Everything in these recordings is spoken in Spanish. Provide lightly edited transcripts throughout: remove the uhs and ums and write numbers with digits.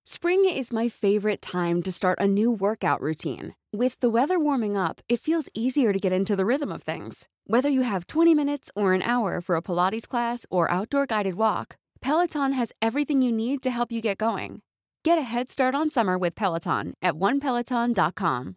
Spring is my favorite time to start a new workout routine. With the weather warming up, it feels easier to get into the rhythm of things. Whether you have 20 minutes or an hour for a Pilates class or outdoor guided walk, Peloton has everything you need to help you get going. Get a head start on summer with Peloton at onepeloton.com.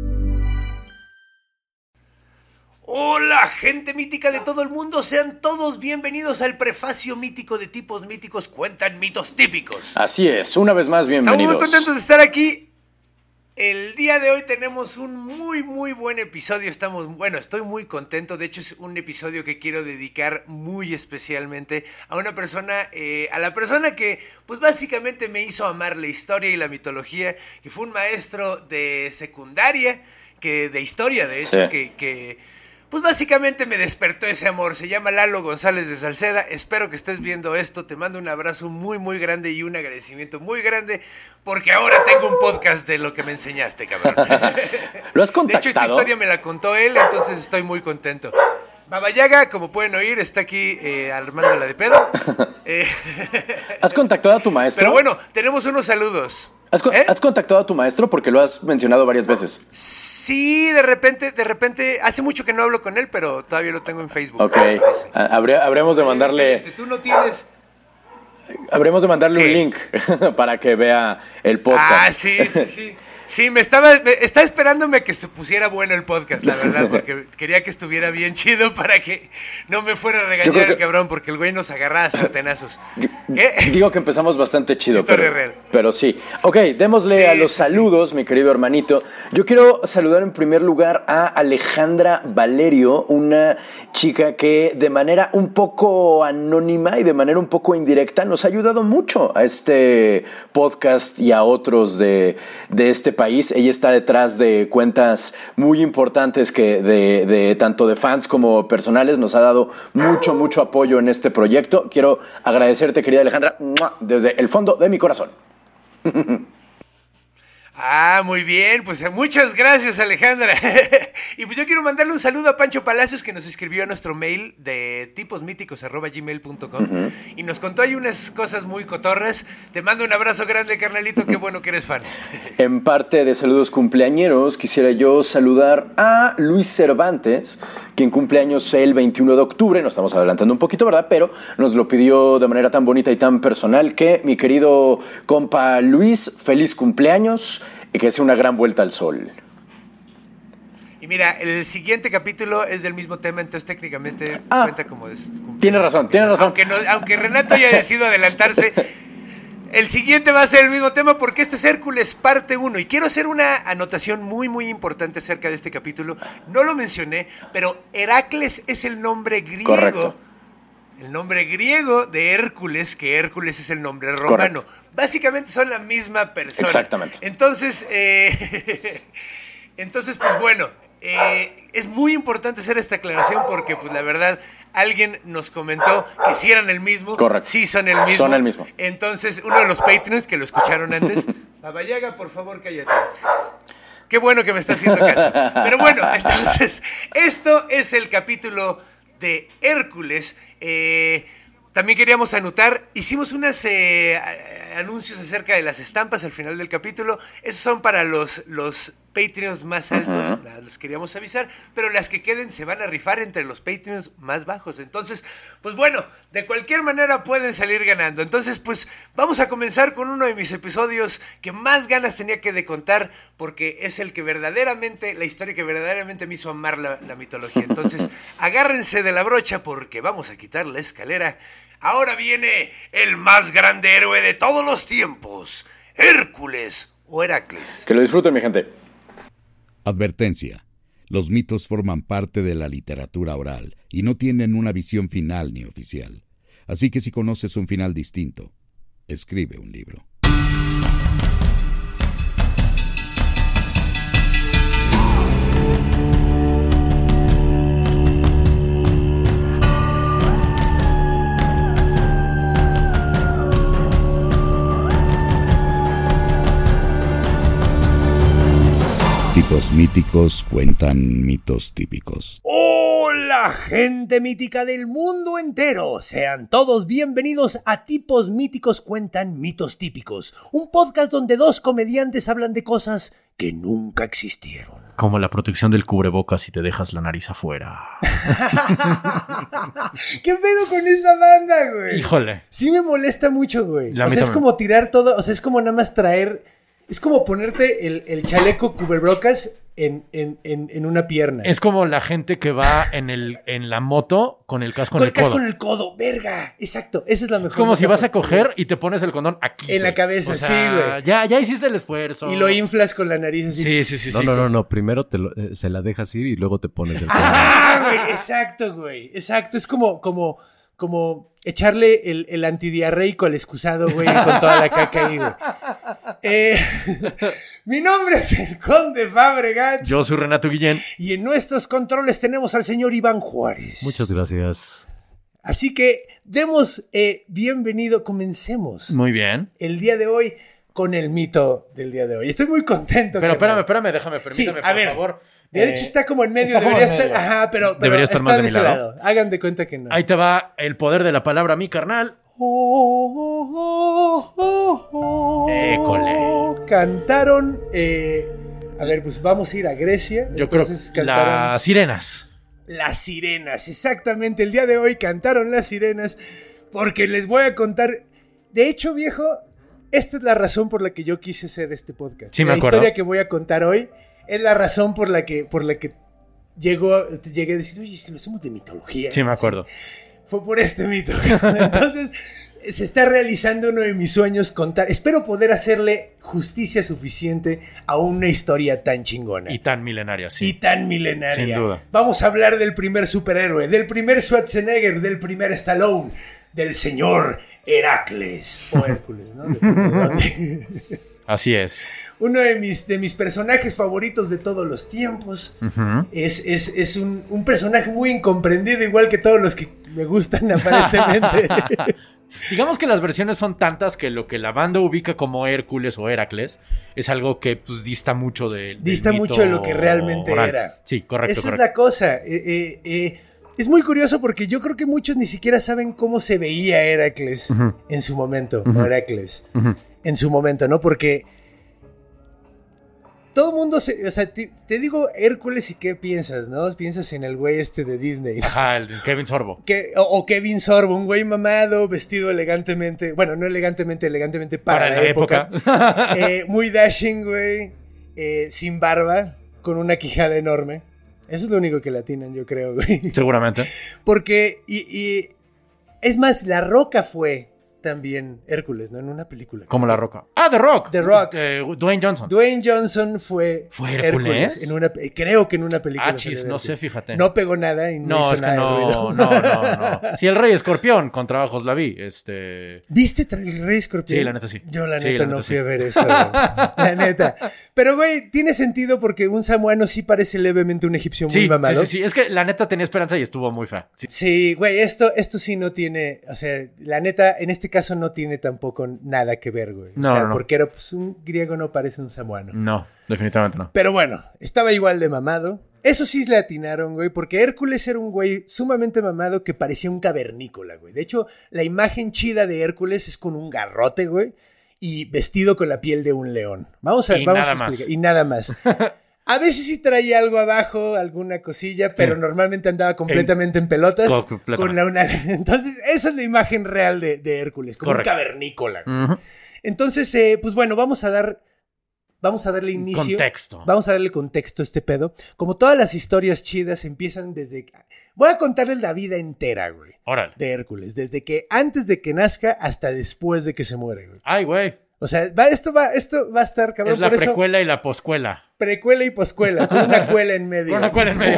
Hola, gente mítica de todo el mundo, sean todos bienvenidos al prefacio mítico de Tipos Míticos Cuentan Mitos Típicos. Así es, una vez más, bienvenidos. Estamos muy contentos de estar aquí. El día de hoy tenemos un muy buen episodio. Estoy muy contento. De hecho, es un episodio que quiero dedicar muy especialmente a una persona, a la persona que, pues básicamente me hizo amar la historia y la mitología, que fue un maestro de secundaria, de historia, de hecho, sí. que pues básicamente me despertó ese amor. Se llama Lalo González de Salceda. Espero que estés viendo esto. Te mando un abrazo muy grande y un agradecimiento muy grande porque ahora tengo un podcast de lo que me enseñaste, cabrón. ¿Lo has contactado? De hecho, esta historia me la contó él, entonces estoy muy contento. Baba Yaga, como pueden oír, está aquí armándola de pedo. ¿Has contactado a tu maestro? Pero bueno, tenemos unos saludos. ¿Has contactado a tu maestro? Porque lo has mencionado varias veces. Sí, de repente, hace mucho que no hablo con él, pero todavía lo tengo en Facebook. Ok, habríamos de mandarle... Tú no tienes... Habríamos de mandarle un link para que vea el podcast. Ah, sí. Sí, estaba esperándome que se pusiera bueno el podcast, la verdad, porque quería que estuviera bien chido para que no me fuera a regañar el cabrón, porque el güey nos agarraba a sartenazos. Digo que empezamos bastante chido, real. Pero sí. Ok, démosle a los saludos, mi querido hermanito. Yo quiero saludar en primer lugar a Alejandra Valerio, una chica que de manera un poco anónima y de manera un poco indirecta nos ha ayudado mucho a este podcast y a otros de este país. Ella está detrás de cuentas muy importantes que de tanto de fans como personales. Nos ha dado mucho apoyo en este proyecto. Quiero agradecerte, querida Alejandra, desde el fondo de mi corazón. Muy bien, pues muchas gracias, Alejandra. Y pues yo quiero mandarle un saludo a Pancho Palacios, que nos escribió a nuestro mail de tiposmíticos@gmail.com y nos contó ahí unas cosas muy cotorras. Te mando un abrazo grande, carnalito, qué bueno que eres fan. En parte de saludos cumpleañeros, quisiera yo saludar a Luis Cervantes, quien cumple años el 21 de octubre, nos estamos adelantando un poquito, ¿verdad? Pero nos lo pidió de manera tan bonita y tan personal que, mi querido compa Luis, feliz cumpleaños y que sea una gran vuelta al sol. Y mira, el siguiente capítulo es del mismo tema, entonces técnicamente cuenta como... Tiene razón. Aunque Renato haya decidido adelantarse, el siguiente va a ser el mismo tema porque esto es Hércules parte 1. Y quiero hacer una anotación muy importante acerca de este capítulo. No lo mencioné, pero Heracles es el nombre griego. Correcto. El nombre griego de Hércules, que Hércules es el nombre romano. Correcto. Básicamente son la misma persona. Exactamente. Entonces, pues bueno, es muy importante hacer esta aclaración porque, pues la verdad, alguien nos comentó que sí eran el mismo. Correcto. Sí son el mismo. Son el mismo. Entonces, uno de los Patreons que lo escucharon antes, Baba Yaga, por favor, cállate. Qué bueno que me está haciendo caso. Pero bueno, entonces, esto es el capítulo de Hércules. También queríamos anotar, hicimos unos anuncios acerca de las estampas al final del capítulo. Esos son para los Patreons más altos, les queríamos avisar, pero las que queden se van a rifar entre los Patreons más bajos. Entonces, pues bueno, de cualquier manera pueden salir ganando. Entonces, pues vamos a comenzar con uno de mis episodios que más ganas tenía que de contar, porque es el que verdaderamente, la historia que verdaderamente me hizo amar la mitología. Entonces, agárrense de la brocha porque vamos a quitar la escalera. Ahora viene el más grande héroe de todos los tiempos, Hércules o Heracles. Que lo disfruten, mi gente. Advertencia. Los mitos forman parte de la literatura oral y no tienen una visión final ni oficial. Así que si conoces un final distinto, escribe un libro. Tipos míticos cuentan mitos típicos. Hola Hola, gente mítica del mundo entero. Sean todos bienvenidos a Tipos Míticos Cuentan Mitos Típicos, un podcast donde dos comediantes hablan de cosas que nunca existieron. Como la protección del cubrebocas si te dejas la nariz afuera. ¿Qué pedo con esa banda, güey? Híjole. Sí me molesta mucho, güey. La O sea, neta es como tirar todo, o sea, es como nada más traer... Es como ponerte el chaleco cubrebocas en una pierna. Es como la gente que va en la moto con el casco en el codo. Con el codo, verga. Exacto, esa es la mejor. Es como si vas a metáfora. coger y te pones el condón aquí. En la güey. cabeza, O sea, sí, güey. Ya hiciste el esfuerzo. Y lo inflas con la nariz así. Sí. No. Primero se la dejas ir y luego te pones el ¡Ah, güey! Exacto, güey. Exacto. Es como echarle el antidiarreico al excusado, güey, con toda la caca ahí, güey. Mi nombre es el Conde Fabregat. Yo soy Renato Guillén. Y en nuestros controles tenemos al señor Iván Juárez. Muchas gracias. Así que demos bienvenido, comencemos Muy bien. el día de hoy con el mito del día de hoy. Estoy muy contento. Pero carnal. permítame, Sí, por a ver. favor. De hecho está como en medio, está como debería en estar, medio. ajá, pero Debería estar está más de mi ese lado. Hagan de cuenta que no. Ahí te va el poder de la palabra, mi carnal. École. Cantaron, a ver, pues vamos a ir a Grecia. Yo creo Entonces que cantaron las sirenas. Las sirenas, exactamente. El día de hoy cantaron las sirenas porque les voy a contar. De hecho, viejo, esta es la razón por la que yo quise hacer este podcast. Sí, me la acuerdo. historia que voy a contar hoy es la razón por la que llegué a decir, oye, si lo hacemos de mitología. Sí, me acuerdo. Fue por este mito. Entonces, se está realizando uno de mis sueños contar. Espero poder hacerle justicia suficiente a una historia tan chingona. Y tan milenaria, sí. Y tan milenaria. Sin duda. Vamos a hablar del primer superhéroe, del primer Schwarzenegger, del primer Stallone, del señor Heracles. O Hércules, ¿no? Depende de dónde. Así es. Uno de mis personajes favoritos de todos los tiempos. Ujú. Es un personaje muy incomprendido, igual que todos los que me gustan aparentemente. Digamos que las versiones son tantas que lo que la banda ubica como Hércules o Heracles es algo que pues dista mucho del Dista mito mucho de lo que realmente oral. era. Sí, correcto, Esa correcto. es la cosa. Es muy curioso porque yo creo que muchos ni siquiera saben cómo se veía Heracles Ujú. en su momento. Ujú. O Heracles Ujú. en su momento, ¿no? Porque todo el mundo o sea, te digo Hércules y ¿qué piensas, no? Piensas en el güey este de Disney. Ajá, el Kevin Sorbo. O Kevin Sorbo, un güey mamado, vestido elegantemente. Bueno, no elegantemente para la época. Muy dashing, güey. Sin barba, con una quijada enorme. Eso es lo único que le atinan, yo creo, güey. Seguramente. Porque, y es más, La Roca fue también Hércules, ¿no? En una película. Como La Roca. ¡Ah, The Rock! The Rock. Dwayne Johnson. Dwayne Johnson fue Hércules? creo que en una película. Ah, chis, salió de no Hércules. sé, fíjate. No pegó nada y no No, hizo es que nada de ruido. no. Sí, el Rey Escorpión, con trabajos la vi. ¿Viste el Rey Escorpión? Sí, la neta sí. Yo la Sí, neta la no neta fui sí. a ver eso. Güey. La neta. Pero, güey, tiene sentido porque un samoano sí parece levemente un egipcio muy mamado. Sí. Es que la neta tenía esperanza y estuvo muy fea. Sí. Sí, güey, esto sí no tiene, o sea, la neta, en este caso no tiene tampoco nada que ver, güey. No, o sea, no. porque era, pues, un griego no parece un samoano. No, definitivamente no. Pero bueno, estaba igual de mamado. Eso sí le atinaron, güey, porque Hércules era un güey sumamente mamado que parecía un cavernícola, güey. De hecho, la imagen chida de Hércules es con un garrote, güey, y vestido con la piel de un león. Vamos a explicar. Y nada más. A veces sí traía algo abajo, alguna cosilla, pero normalmente andaba completamente en pelotas. Con Entonces, esa es la imagen real de Hércules, como Correcto. un cavernícola. Ujú. Entonces, pues bueno, vamos a darle inicio. Contexto. Vamos a darle contexto a este pedo. Como todas las historias chidas empiezan desde... Voy a contarles la vida entera, güey, Órale. de Hércules. Desde que antes de que nazca hasta después de que se muere, güey. Ay, güey. O sea, esto va a estar, cabrón. Es la por eso, precuela y la poscuela. precuela y poscuela, con una cuela en medio. Con una cuela en medio.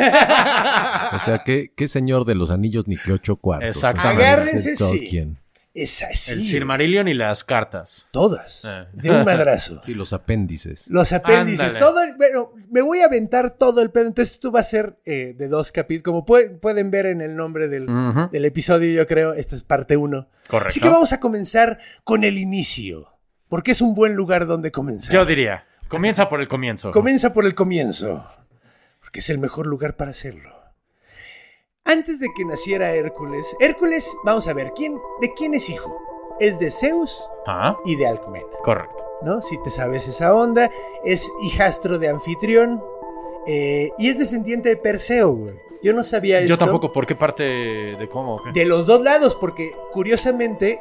O sea, ¿qué señor de los anillos ni que 8 cuartos? Exactamente. Agárrense, sí. Tolkien. Esa sí. El Silmarillion y las cartas. Todas. De un madrazo. Sí, los apéndices. Los apéndices. Ándale. Bueno, me voy a aventar todo el pedo. Entonces esto va a ser de 2 capítulos. Como pueden ver en el nombre Ujú. del episodio, yo creo, esta es parte 1. Correcto. Así que vamos a comenzar con el inicio. Porque es un buen lugar donde comenzar. Yo diría, comienza por el comienzo. Comienza por el comienzo. Porque es el mejor lugar para hacerlo. Antes de que naciera Hércules, vamos a ver, ¿de quién es hijo? Es de Zeus y de Alcmena. Correcto. ¿No? Si te sabes esa onda, es hijastro de Anfitrión y es descendiente de Perseo, güey. Yo no sabía esto. Yo tampoco, ¿por qué parte de cómo? ¿Qué? De los dos lados, porque curiosamente,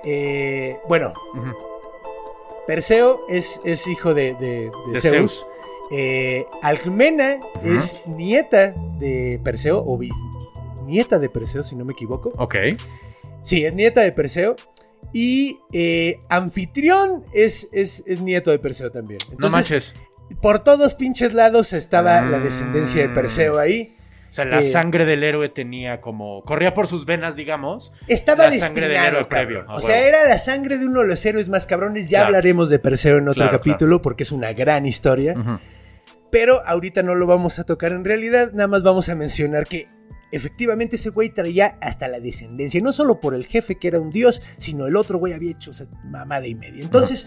Perseo es hijo de Zeus. Alcmena es nieta de Perseo, o bisnieta de Perseo, si no me equivoco. Ok. Sí, es nieta de Perseo. Y Anfitrión es nieto de Perseo también. Entonces, no manches. Por todos pinches lados estaba la descendencia de Perseo ahí. O sea, la sangre del héroe tenía como... Corría por sus venas, digamos. Estaba la sangre del héroe previo. O sea, era la sangre de uno de los héroes más cabrones. Ya hablaremos de Perseo en otro capítulo porque es una gran historia. Uh-huh. Pero ahorita no lo vamos a tocar en realidad. Nada más vamos a mencionar que efectivamente ese güey traía hasta la descendencia. No solo por el jefe que era un dios, sino el otro güey había hecho mamada y media. Entonces...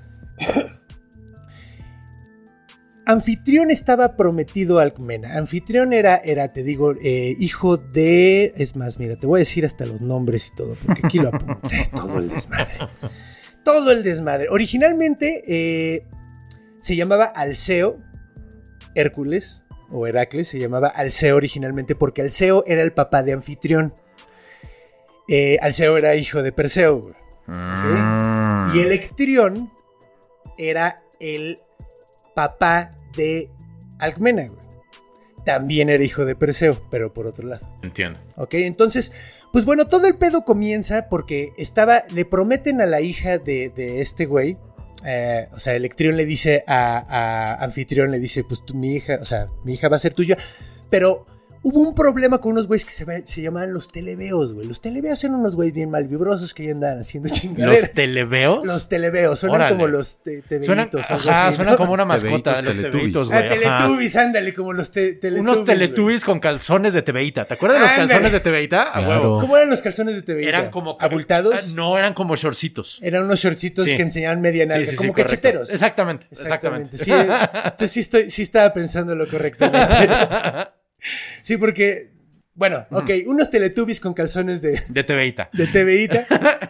Anfitrión estaba prometido a Alcmena. Anfitrión era te digo, hijo de... Es más, mira, te voy a decir hasta los nombres y todo, porque aquí lo apunté. Todo el desmadre. Originalmente se llamaba Alceo, Hércules, o Heracles, se llamaba Alceo originalmente, porque Alceo era el papá de Anfitrión. Alceo era hijo de Perseo. ¿Okay? Y Electrión era el papá de Alcmena, güey. También era hijo de Perseo, pero por otro lado. Entiendo. Ok, entonces, pues bueno, todo el pedo comienza porque le prometen a la hija de este güey, o sea, Electrión le dice a Anfitrión, le dice, pues mi hija va a ser tuya, pero... Hubo un problema con unos güeyes que se llamaban los telebeos, güey. Los telebeos eran unos güeyes bien malvibrosos que ya andaban haciendo chingaderas. ¿Los telebeos? Los telebeos, suenan Órale. Como los tebeitos. Suenan como una mascota. Los Tebeítos, güey. Teletubbies, ándale, como los Teletubbies. Unos Teletubbies con calzones de tebeíta. ¿Te acuerdas de los calzones de tebeíta? A huevo. ¿Cómo eran los calzones de tebeíta? Eran como... ¿abultados? No, eran como shortcitos. Eran unos shortcitos que enseñaban media nalga, como cacheteros. Exactamente. Sí, entonces sí estaba pensándolo correctamente. Sí, porque... Bueno, ok, unos Teletubbies con calzones de tebeíta. De tebeíta.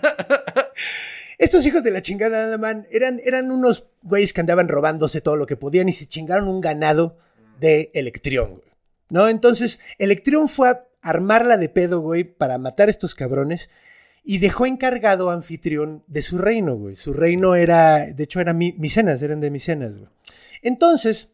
Estos hijos de la chingada, man, eran unos güeyes que andaban robándose todo lo que podían y se chingaron un ganado de Electrión, güey. ¿No? Entonces, Electrión fue a armarla de pedo, güey, para matar a estos cabrones y dejó encargado a Anfitrión de su reino, güey. Su reino era, de hecho, eran de Micenas, güey. Entonces...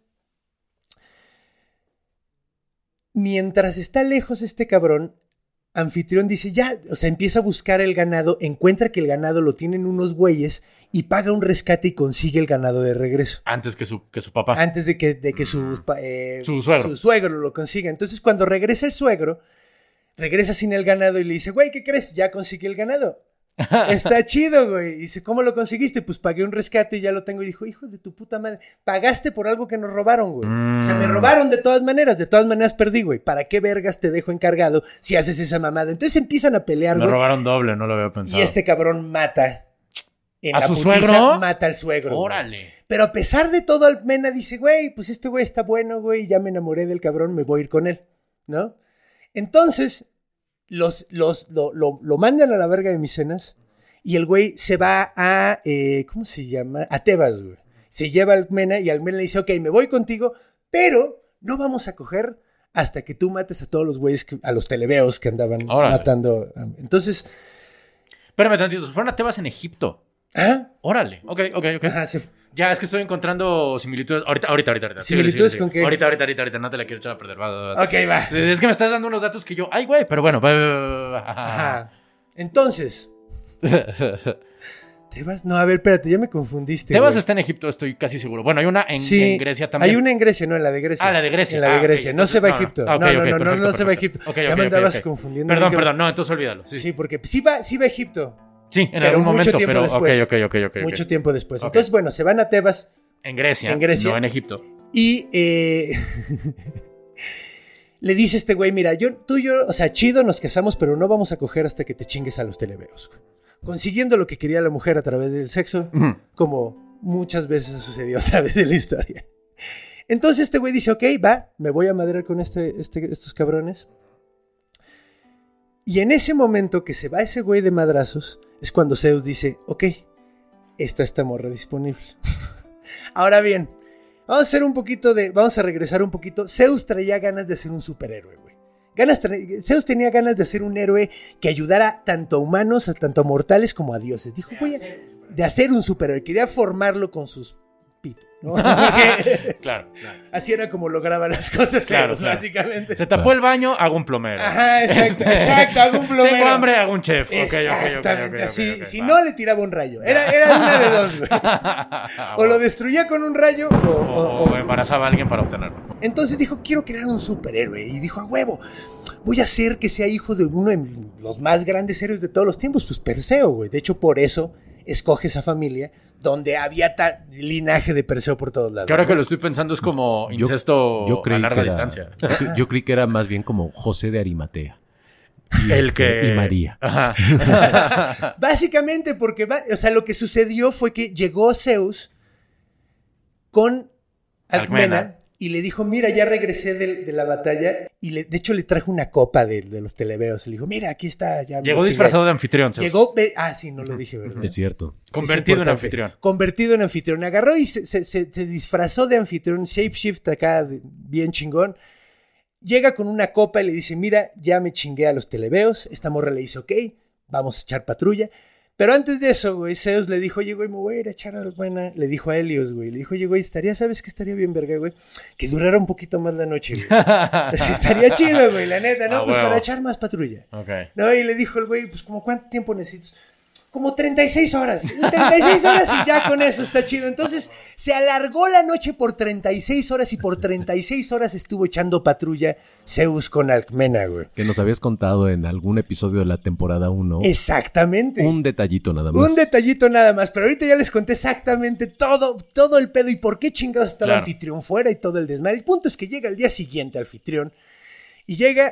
Mientras está lejos este cabrón, Anfitrión dice, empieza a buscar el ganado, encuentra que el ganado lo tienen unos güeyes y paga un rescate y consigue el ganado de regreso. Antes que su papá. Antes de que su suegro. Su suegro lo consiga. Entonces, cuando regresa el suegro, regresa sin el ganado y le dice, güey, ¿qué crees? Ya conseguí el ganado. Está chido, güey. Y dice, ¿cómo lo conseguiste? Pues pagué un rescate y ya lo tengo. Y dijo, hijo de tu puta madre, pagaste por algo que nos robaron, güey. O sea, me robaron de todas maneras perdí, güey. ¿Para qué vergas te dejo encargado si haces esa mamada? Entonces empiezan a pelear, güey. Me robaron doble, no lo había pensado. Y este cabrón mata. ¿A su suegro? Mata al suegro. Órale. Güey. Pero a pesar de todo, Alcmena dice, güey, pues este güey está bueno, güey. Ya me enamoré del cabrón, me voy a ir con él, ¿no? Entonces, lo mandan a la verga de Micenas. Y el güey se va a, ¿cómo se llama? A Tebas, güey. Se lleva a Alcmena y Alcmena le dice, ok, me voy contigo, pero no vamos a coger hasta que tú mates a todos los güeyes, a los telebeos que andaban matando. Entonces... Espérame tantito, se fueron a Tebas en Egipto. ¿Ah? Órale, ok. Ajá, ya, es que estoy encontrando similitudes. Ahorita. ¿Similitudes con qué? Ahorita, no te la quiero echar a perder. Va. Ok, va. Es que me estás dando unos datos que yo... Ay, güey, pero bueno. Ajá. Entonces... Tebas, no, a ver, espérate, ya me confundiste. Tebas güey. Está en Egipto, estoy casi seguro. Bueno, hay una en Grecia también. Hay una en Grecia, no, en la de Grecia. Ah, la de Grecia. En la de Grecia. Okay. No se va a Egipto. No se va a Egipto. Ya me andabas confundiendo. Perdón, no, entonces olvídalo. Sí, porque sí va a Egipto. Sí, en algún momento, pero después. Ok. Mucho tiempo después. Entonces, bueno, se van a Tebas. En Grecia. No en Egipto. Y le dice este güey, mira, tú y yo, o sea, chido, nos casamos, pero no vamos a coger hasta que te chingues a los telebeos. Consiguiendo lo que quería la mujer a través del sexo, como muchas veces ha sucedido a través de la historia. Entonces este güey dice, ok, va, me voy a madrear con estos cabrones. Y en ese momento que se va ese güey de madrazos, es cuando Zeus dice, ok, está esta morra disponible. Ahora bien, vamos a regresar un poquito. Zeus traía ganas de ser un superhéroe, güey. Zeus tenía ganas de ser un héroe que ayudara tanto a humanos, tanto a mortales como a dioses. Dijo, de hacer un superhéroe. Quería formarlo con sus pitos, ¿no? Porque Claro. así era como lograba las cosas, Claro, Zeus, claro. básicamente. Se tapó el baño, hago un plomero. Ajá, exacto, hago un plomero. Tengo hambre, hago un chef. Exactamente, así. Ok, Si va. no, le tiraba un rayo. Era una de dos, güey. O lo destruía con un rayo O embarazaba a alguien para obtenerlo. Entonces dijo, quiero crear un superhéroe. Y dijo, a huevo, voy a hacer que sea hijo de uno de los más grandes héroes de todos los tiempos, pues Perseo, güey. De hecho, por eso escoge esa familia donde había linaje de Perseo por todos lados. Que ahora ¿no? que lo estoy pensando es como incesto a larga distancia. Yo creí que era más bien como José de Arimatea. Y Y María. Ajá. Básicamente porque, o sea, lo que sucedió fue que llegó Zeus con Alcmena y le dijo, mira, ya regresé de la batalla. Y de hecho le trajo una copa de los telebeos. Le dijo, mira, aquí está. Ya Llegó disfrazado de anfitrión, Zeus. Sí, no lo dije, ¿verdad? Es cierto. Convertido Es en importante. anfitrión. Convertido en anfitrión. Agarró y se disfrazó de anfitrión, shapeshift acá, bien chingón. Llega con una copa y le dice, mira, ya me chingué a los telebeos. Esta morra le dice, ok, vamos a echar patrulla. Pero antes de eso, güey, Zeus le dijo, oye, güey, me voy a ir a echar a la buena. Le dijo a Helios, güey. Le dijo, oye, güey, ¿sabes qué estaría bien, verga, güey? Que durara un poquito más la noche, güey. Así estaría chido, güey, la neta, ¿no? Ah, Pues huevo. para echar más patrulla. Ok. No, y le dijo el güey, pues, ¿como cuánto tiempo necesitas? Como 36 horas. 36 horas y ya con eso está chido. Entonces, se alargó la noche por 36 horas y por 36 horas estuvo echando patrulla Zeus con Alcmena, güey. Que nos habías contado en algún episodio de la temporada 1. Exactamente. Un detallito nada más. Un detallito nada más, pero ahorita ya les conté exactamente todo el pedo y por qué chingados estaba Claro. Anfitrión fuera y todo el desmadre. El punto es que llega el día siguiente Anfitrión y llega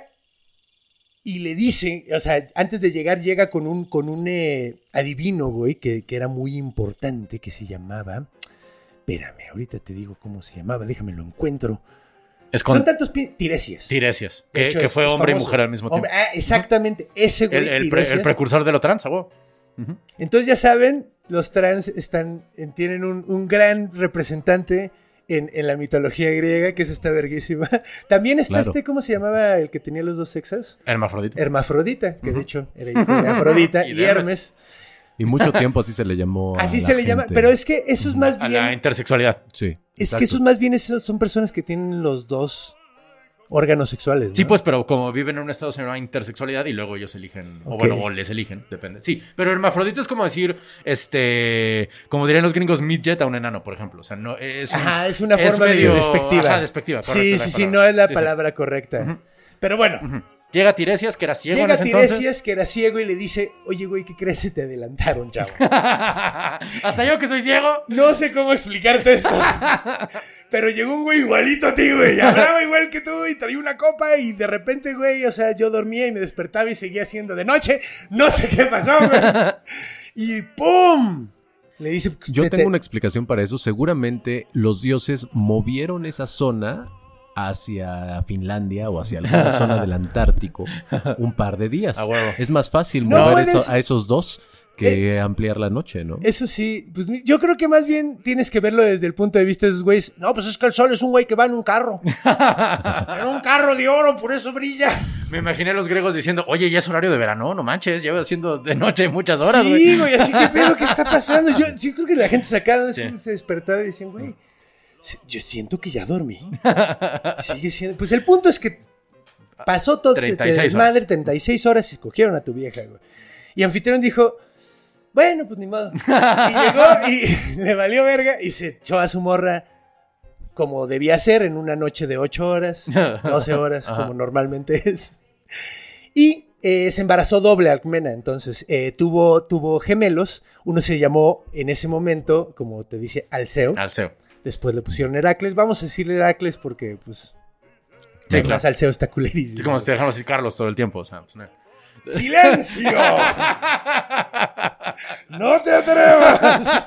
y le dice, o sea, antes de llegar llega con un adivino, güey, que era muy importante, que se llamaba, espérame, ahorita te digo cómo se llamaba, déjame lo encuentro. Es con Son tantos Tiresias. Tiresias. De hecho, Que fue es hombre y famoso. mujer al mismo tiempo. Exactamente, ese güey, El Tiresias. precursor de lo trans, güey. Entonces ya saben, los trans tienen un gran representante en la mitología griega, que es esta verguísima. También está Claro. ¿cómo se llamaba el que tenía los dos sexos? Hermafrodita. Hermafrodita, que de hecho era hijo de Afrodita Y y de Hermes. Y mucho tiempo así se le llamó. a Así la se le llama, gente. pero es que eso es más A la bien, intersexualidad. Sí. es exacto. que esos más bien son personas que tienen los dos órganos sexuales, ¿no? Sí, pues, pero como viven en un estado se llama intersexualidad y luego ellos eligen, o Ok. bueno, o les eligen, depende. Sí, pero hermafrodita es como decir, como dirían los gringos, midget a un enano, por ejemplo. O sea, no es Ajá, es una forma medio despectiva. Ajá, despectiva, correcto. Sí, no es la Sí, sí. palabra correcta. Pero bueno, Llega Tiresias, que era ciego llega en ese Tiresias, entonces. que era ciego, y le dice, oye, güey, ¿qué crees? Se te adelantaron, chavo. Hasta yo que soy ciego. No sé cómo explicarte esto. Pero llegó un güey igualito a ti, güey. Hablaba igual que tú y traía una copa y de repente, güey, o sea, yo dormía y me despertaba y seguía siendo de noche. No sé qué pasó, güey. Y ¡pum! Le dice... pues, Yo tengo una explicación para eso. Seguramente los dioses movieron esa zona hacia Finlandia o hacia alguna zona del Antártico un par de días. A huevo. Es más fácil No mover puedes- a esos dos que ampliar la noche, ¿no? Eso sí, pues yo creo que más bien tienes que verlo desde el punto de vista de esos güeyes. No, pues es que el sol es un güey que va en un carro. En un carro de oro, por eso brilla. Me imaginé a los griegos diciendo, oye, ya es horario de verano, no manches, llevo haciendo de noche muchas horas, güey. Sí, güey, así que pedo, ¿qué está pasando? Yo sí creo que la gente sacada Sí. se despertaba y decían, güey, yo siento que ya dormí. Sigue siendo. Pues el punto es que pasó todo este 36 desmadre, horas. 36 horas y escogieron a tu vieja, güey. Y Anfitrión dijo, bueno, pues ni modo. Y llegó y le valió verga y se echó a su morra como debía ser en una noche de 8 horas, 12 horas, Ajá. como normalmente es. Y se embarazó doble Alcmena, entonces tuvo gemelos. Uno se llamó en ese momento, como te dice, Alceo. Alceo. Después le pusieron Heracles. Vamos a decirle Heracles porque, pues, Sí, además claro. Alceo está culerísimo. Es como si te dejamos decir Carlos todo el tiempo, o sea, pues, no. ¡Silencio! ¡No te atrevas!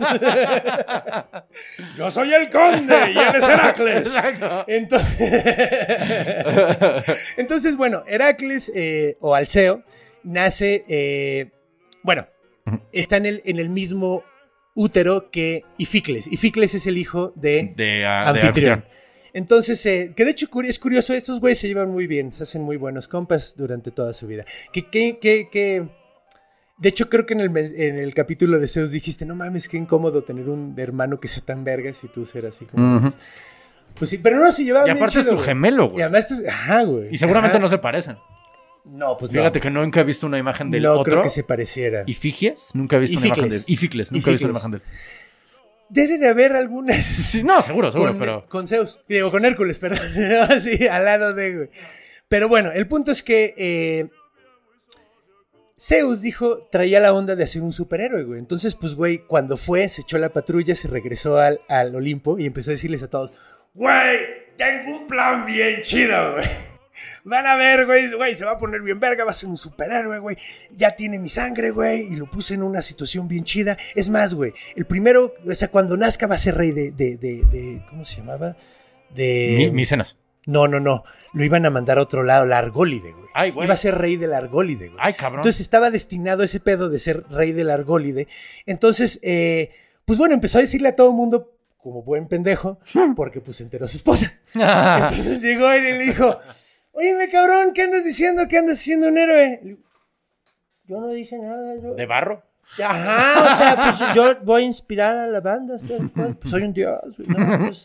Yo soy el conde y él es Heracles. Exacto. Entonces, bueno, Heracles o Alceo nace, está en el mismo útero que Ificles. Ificles es el hijo de Anfitrión. Entonces, que de hecho es curioso, estos güeyes se llevan muy bien, se hacen muy buenos compas durante toda su vida. De hecho, creo que en el capítulo de Zeus dijiste, no mames, qué incómodo tener un hermano que sea tan vergas y tú ser así como... Pues sí, pero no, se llevaban bien. Y aparte chido, es tu gemelo, güey. Y además, güey. Y seguramente no se parecen. No, pues Fíjate que nunca he visto una imagen del otro. No creo que se pareciera. ¿Ifigies? Nunca he visto una imagen de él. Ificles, nunca he visto una imagen de él. Debe de haber algunas. Sí, no, seguro, pero. Con Zeus. Digo, con Hércules, perdón. Sí, al lado de, güey. Pero bueno, el punto es que Zeus traía la onda de hacer un superhéroe, güey. Entonces, pues, güey, cuando se echó la patrulla, se regresó al Olimpo y empezó a decirles a todos, güey, tengo un plan bien chido, güey. Van a ver, güey, se va a poner bien verga, va a ser un superhéroe, güey. Ya tiene mi sangre, güey, y lo puse en una situación bien chida. Es más, güey, el primero, o sea, cuando nazca va a ser rey de ¿cómo se llamaba? Micenas. No. Lo iban a mandar a otro lado, la Argólide, güey. Ay, güey. Iba a ser rey de la Argólide, güey. Ay, cabrón. Entonces estaba destinado ese pedo de ser rey de la Argólide. Entonces, pues bueno, empezó a decirle a todo el mundo, como buen pendejo, porque pues se enteró su esposa. Entonces llegó y le dijo, óyeme, cabrón, ¿qué andas diciendo? ¿Qué andas haciendo un héroe? Yo no dije nada. ¿De barro? Ajá, o sea, pues yo voy a inspirar a la banda, pues soy un dios, ¿no? Pues,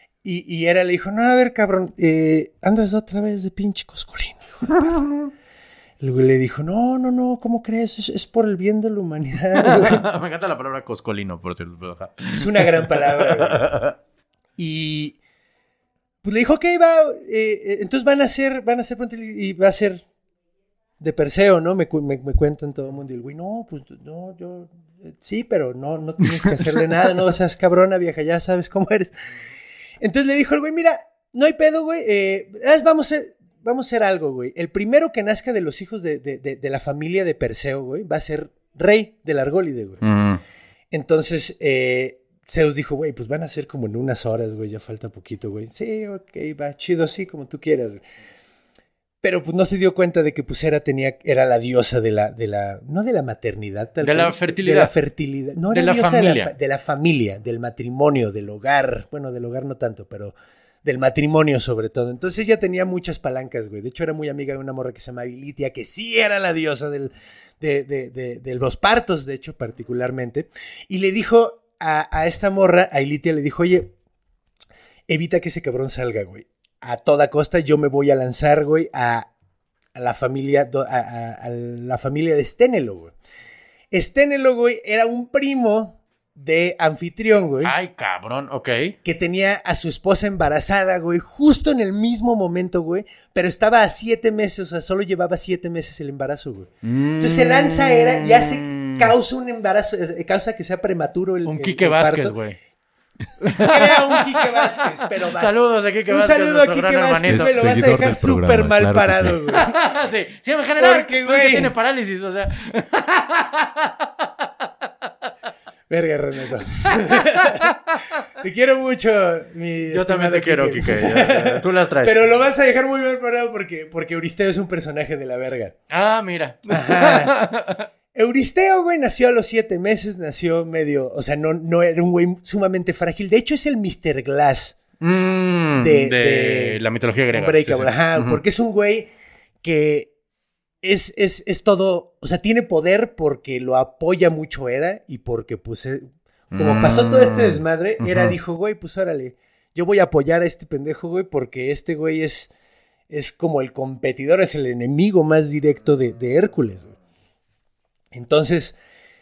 y le dijo, no, a ver, cabrón, andas otra vez de pinche coscolino, hijo. Luego le dijo, no, ¿cómo crees? Es por el bien de la humanidad. Me encanta la palabra coscolino, por cierto. Es una gran palabra, güey. Y pues le dijo, ok, entonces van a ser pronto y va a ser de Perseo, ¿no? Me cuentan todo el mundo. Y el güey, no, pues no, yo sí, pero no tienes que hacerle nada, no seas cabrona, vieja, ya sabes cómo eres. Entonces le dijo el güey, mira, no hay pedo, güey, vamos a hacer algo, güey. El primero que nazca de los hijos de la familia de Perseo, güey, va a ser rey de la Argólide, güey. Entonces, Zeus dijo, güey, pues van a ser como en unas horas, güey, ya falta poquito, güey. Sí, ok, va, chido, sí, como tú quieras, güey. Pero pues no se dio cuenta de que pues era la diosa no de la maternidad, tal vez. La fertilidad. De la fertilidad. No, de era la diosa familia. de la familia, del matrimonio, del hogar. Bueno, del hogar no tanto, pero del matrimonio sobre todo. Entonces ella tenía muchas palancas, güey. De hecho era muy amiga de una morra que se llama Ilitia, que sí era la diosa de los partos, de hecho, particularmente. Y le dijo a esta morra, a Ilitia, le dijo, oye, evita que ese cabrón salga, güey. A toda costa yo me voy a lanzar, güey, a la familia de Esténelo, güey. Esténelo, güey, era un primo de Anfitrión, güey. Ay, cabrón, ok. Que tenía a su esposa embarazada, güey, justo en el mismo momento, güey. Pero estaba a 7 meses, o sea, solo llevaba 7 meses el embarazo, güey. Entonces se lanza y causa un embarazo, causa que sea prematuro el Un Quique el Vázquez, güey. Crea un Quique Vázquez, pero saludos a Quique Vázquez. Un saludo a Quique Vázquez, me lo vas a dejar súper mal parado, güey. Sí, en general, porque, güey, tiene parálisis, o sea. Verga, Renato. Te quiero mucho, Yo también te quiero, Quique. Tú las traes. Pero lo vas a dejar muy mal parado porque Euristeo es un personaje de la verga. Ah, mira. Ajá. Euristeo, güey, nació a los 7 meses, nació medio, o sea, no era un güey sumamente frágil. De hecho, es el Mr. Glass de la mitología griega. Unbreakable, sí. Ajá, porque es un güey que es todo, o sea, tiene poder porque lo apoya mucho Hera y porque, pues, como pasó todo este desmadre, Hera dijo, güey, pues, órale, yo voy a apoyar a este pendejo, güey, porque este güey es como el competidor, es el enemigo más directo de Hércules, güey. Entonces,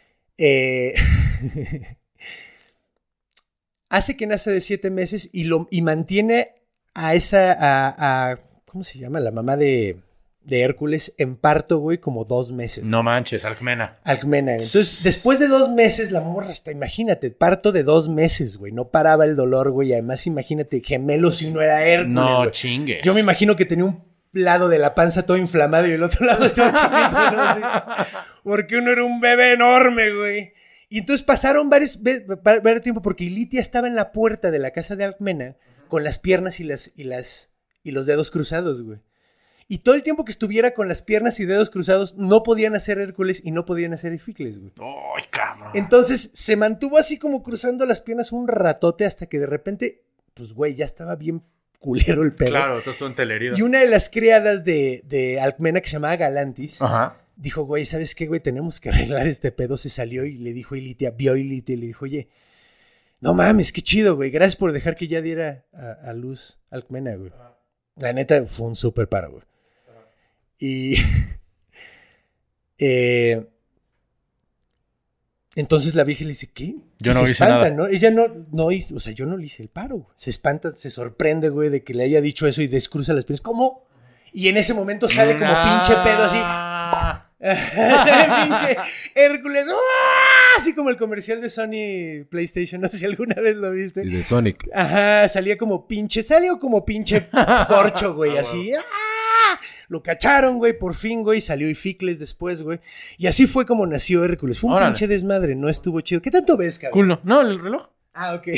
hace que nace de 7 meses y mantiene a ¿cómo se llama? La mamá de Hércules en parto, güey, como 2 meses. No manches, Alcmena. Entonces, después de 2 meses, la morra está, imagínate, parto de 2 meses, güey. No paraba el dolor, güey. Además, imagínate, gemelos si uno era Hércules, no, güey. chingues. Yo me imagino que tenía un lado de la panza todo inflamado y el otro lado todo chiquito, ¿no? Así, porque uno era un bebé enorme, güey. Y entonces pasaron varios tiempo porque Ilitia estaba en la puerta de la casa de Alcmena con las piernas y los dedos cruzados, güey. Y todo el tiempo que estuviera con las piernas y dedos cruzados, no podían hacer Hércules y no podían hacer Ificles, güey. ¡Ay, cabrón! Entonces se mantuvo así como cruzando las piernas un ratote hasta que de repente, pues güey, ya estaba bien culero el pedo. Claro, todo estuvo entelerido. Y una de las criadas de Alcmena, que se llamaba Galantis, Ajá. dijo, güey, ¿sabes qué, güey? Tenemos que arreglar este pedo. Se salió y le dijo a Ilitia, vio a Ilitia y le dijo, oye, no mames, qué chido, güey. Gracias por dejar que ya diera a luz Alcmena, güey. La neta, fue un súper paro, güey. Y entonces la vieja le dice, ¿qué? Yo no se hice espanta, nada. ¿no? Ella no hizo, o sea, yo no le hice el paro, güey. Se espanta, se sorprende, güey, de que le haya dicho eso y descruza las piernas. ¿Cómo? Y en ese momento sale como pinche pedo así. Pinche Hércules. ¡Uah! Así como el comercial de Sony PlayStation. No sé si alguna vez lo viste. Y de Sonic. Ajá, salió como pinche corcho, güey, así. ¡Ah! Lo cacharon, güey, por fin, güey. Salió Ificles después, güey. Y así fue como nació Hércules. Fue un Órale. pinche desmadre, no estuvo chido. ¿Qué tanto ves, cabrón? Cool, ¿no? No, el reloj. Ah, ok.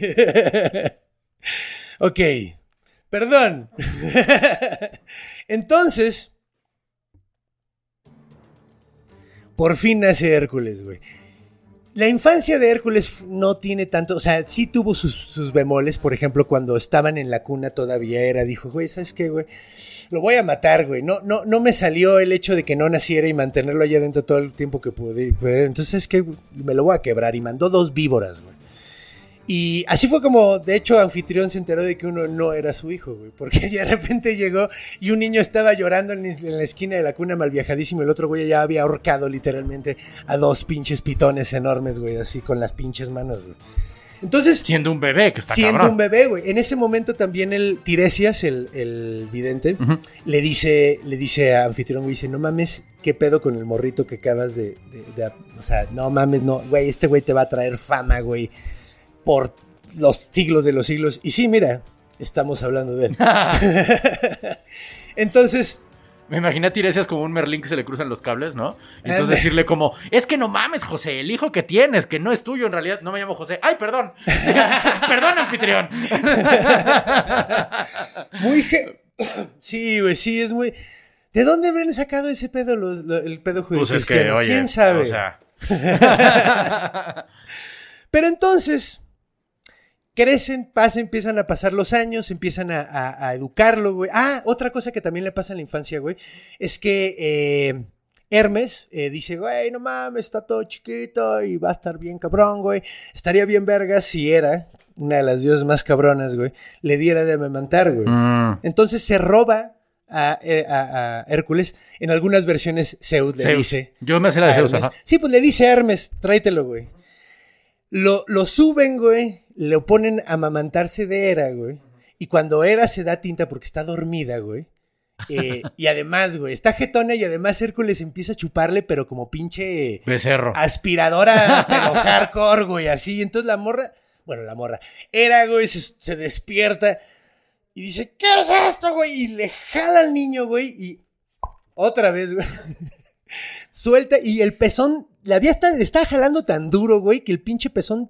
Ok. Perdón. Entonces, por fin nace Hércules, güey. La infancia de Hércules no tiene tanto, o sea, sí tuvo sus bemoles. Por ejemplo, cuando estaban en la cuna todavía dijo, güey, ¿sabes qué, güey? Lo voy a matar, güey. No me salió el hecho de que no naciera y mantenerlo allá adentro todo el tiempo que pude. Entonces, es que me lo voy a quebrar. Y mandó 2 víboras, güey. Y así fue como, de hecho, Anfitrión se enteró de que uno no era su hijo, güey. Porque de repente llegó y un niño estaba llorando en la esquina de la cuna mal viajadísimo. El otro güey ya había ahorcado literalmente a 2 pinches pitones enormes, güey. Así con las pinches manos, güey. Entonces, Siendo un bebé, que está siendo cabrón. un bebé, güey. En ese momento también el Tiresias, el vidente, le dice a Anfitrión, güey, dice, no mames, ¿qué pedo con el morrito que acabas de o sea, no mames, no, güey, este güey te va a traer fama, güey, por los siglos de los siglos. Y sí, mira, estamos hablando de él. Entonces, Me imaginé a Tiresias como un Merlín que se le cruzan los cables, ¿no? Y entonces Ande. decirle como, es que no mames, José, el hijo que tienes, que no es tuyo en realidad, no me llamo José. ¡Ay, perdón! ¡Perdón, anfitrión! Sí, güey, sí, es muy... ¿De dónde habrán sacado ese pedo el pedo judío Pues es que, cristiano? oye, ¿Quién sabe? o sea... Pero entonces, crecen, empiezan a pasar los años, empiezan a educarlo, güey. Ah, otra cosa que también le pasa en la infancia, güey, es que Hermes dice, güey, no mames, está todo chiquito y va a estar bien cabrón, güey. Estaría bien verga si Hera, una de las diosas más cabronas, güey, le diera de amamantar, güey. Entonces se roba a Hércules. En algunas versiones Zeus le dice... Yo me hacía la de a Zeus, Hermes. ajá. Sí, pues le dice a Hermes, tráetelo, güey. Lo suben, güey. Lo ponen a amamantarse de Hera, güey. Y cuando Hera se da tinta porque está dormida, güey. Y además, güey, está jetona y además Hércules empieza a chuparle, pero como pinche Becerro. aspiradora, pero hardcore, güey, así. Entonces la morra, Hera, güey, se despierta y dice, ¿qué es esto, güey? Y le jala al niño, güey, y otra vez, güey, suelta y el pezón, le estaba jalando tan duro, güey, que el pinche pezón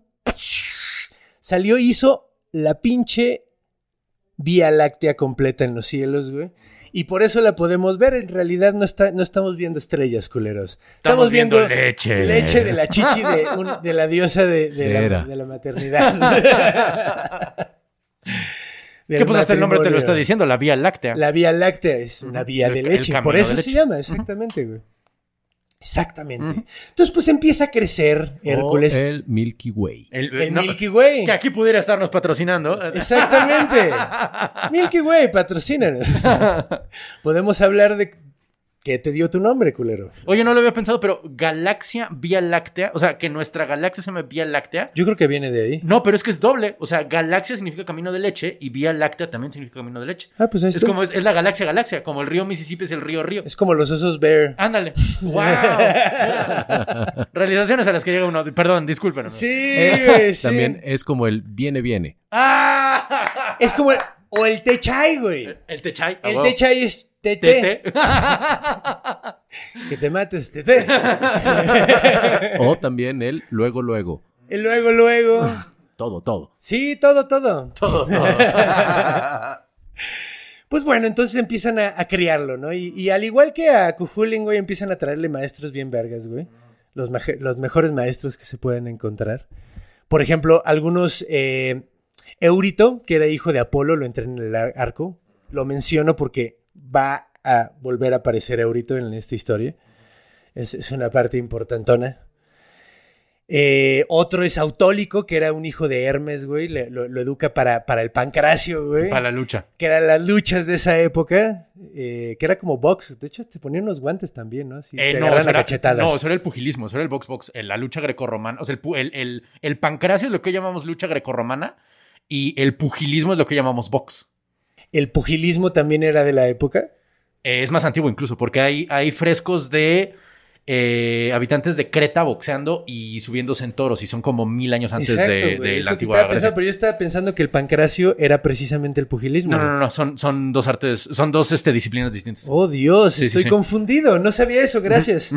salió y hizo la pinche Vía Láctea completa en los cielos, güey. Y por eso la podemos ver. En realidad no estamos viendo estrellas, culeros. Estamos viendo leche. Leche de la chichi de la diosa de la maternidad. Que pues hasta el nombre te lo está diciendo, la Vía Láctea. La Vía Láctea es una vía de El leche. camino Por eso de se leche. llama, exactamente, güey. Exactamente. Entonces, pues empieza a crecer Hércules. O el Milky Way. El Milky Way. Que aquí pudiera estarnos patrocinando. Exactamente. Milky Way, patrocínanos. Podemos hablar de qué te dio tu nombre, culero. Oye, no lo había pensado, pero Galaxia Vía Láctea, o sea, que nuestra galaxia se llama Vía Láctea. Yo creo que viene de ahí. No, pero es que es doble. O sea, galaxia significa camino de leche y Vía Láctea también significa camino de leche. Ah, pues ahí Es está. como es la galaxia, como el río Mississippi es el río. Es como los osos bear. Ándale. ¡Wow! Mira. Realizaciones a las que llega uno. Perdón, discúlpenme. Sí, güey, sí. También es como el viene. ¡Ah! Es como o el techay, güey. El techay. El techay es tete. Tete. Que te mates, tete. O también el luego. Y luego. Todo. Sí, todo. Todo. Pues bueno, entonces empiezan a criarlo, ¿no? Y al igual que a Cuchulainn, güey, empiezan a traerle maestros bien vergas, güey. Los mejores maestros que se pueden encontrar. Por ejemplo, algunos... Eurito, que era hijo de Apolo, lo entrena en el arco. Lo menciono porque va a volver a aparecer Eurito en esta historia. Es una parte importantona. Otro es Autólico, que era un hijo de Hermes, güey. Lo educa para el Pancracio, güey. Para la lucha. Que eran las luchas de esa época. Que era como box. De hecho, te ponían unos guantes también, ¿no? Así, te agarran a cachetadas. No, eso era el pugilismo, eso era el box. La lucha grecorromana. O sea, el Pancracio es lo que llamamos lucha grecorromana. Y el pugilismo es lo que llamamos box. ¿El pugilismo también era de la época? Es más antiguo incluso, porque hay frescos de habitantes de Creta boxeando y subiéndose en toros, y son como 1000 años antes de la antigua Grecia. Pero yo estaba pensando que el Pancracio era precisamente el pugilismo. No, son dos artes, son dos disciplinas distintas. Oh, Dios, estoy confundido. No sabía eso, gracias.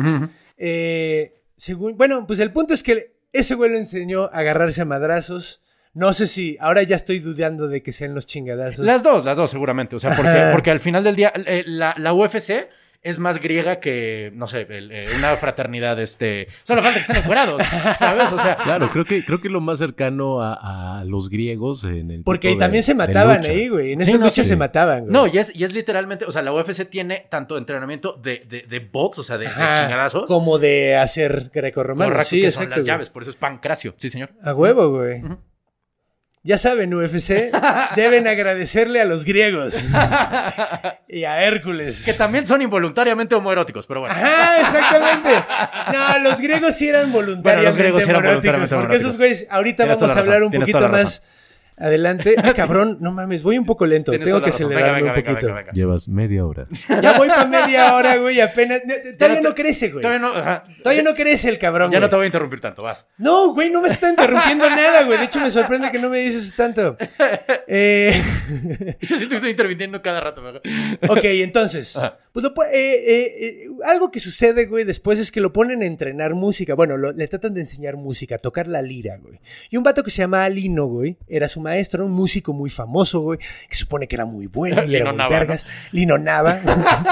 Bueno, pues el punto es que ese güey le enseñó a agarrarse a madrazos. No sé si, ahora ya estoy dudando de que sean los chingadazos. Las dos seguramente, o sea, porque al final del día la UFC es más griega que, no sé, una fraternidad, solo falta que estén encuerados, ¿sabes? O sea, claro, creo que lo más cercano a los griegos en el porque también se mataban ahí, güey, en esas luchas se mataban, güey. No, y es literalmente, o sea, la UFC tiene tanto entrenamiento de box, o sea, de chingadazos, como de hacer grecorromano. Correcto, sí, que exacto, son las llaves, por eso es Pancracio, sí, señor. A huevo, güey. Ya saben, UFC, deben agradecerle a los griegos y a Hércules. Que también son involuntariamente homoeróticos, pero bueno. Ajá, exactamente. No, los griegos sí eran voluntariamente homoeróticos. Porque esos güeyes, ahorita vamos a hablar un poquito más adelante. Ah, cabrón, no mames, voy un poco lento. Tengo que acelerarme un poquito. Venga. Llevas media hora. Ya voy para media hora, güey, apenas. Todavía no crece, güey. Todavía no crece el cabrón, ya no te voy a interrumpir tanto, vas. No, güey, no me está interrumpiendo nada, güey. De hecho, me sorprende que no me dices tanto. Yo siento que estoy interviniendo cada rato. Ok, entonces, pues algo que sucede, güey, después es que lo ponen a entrenar música. Bueno, le tratan de enseñar música, a tocar la lira, güey. Y un vato que se llama Lino, güey, era su maestro, un músico muy famoso, güey, que supone que era muy bueno y era muy vergas. ¿No? Lino Nava.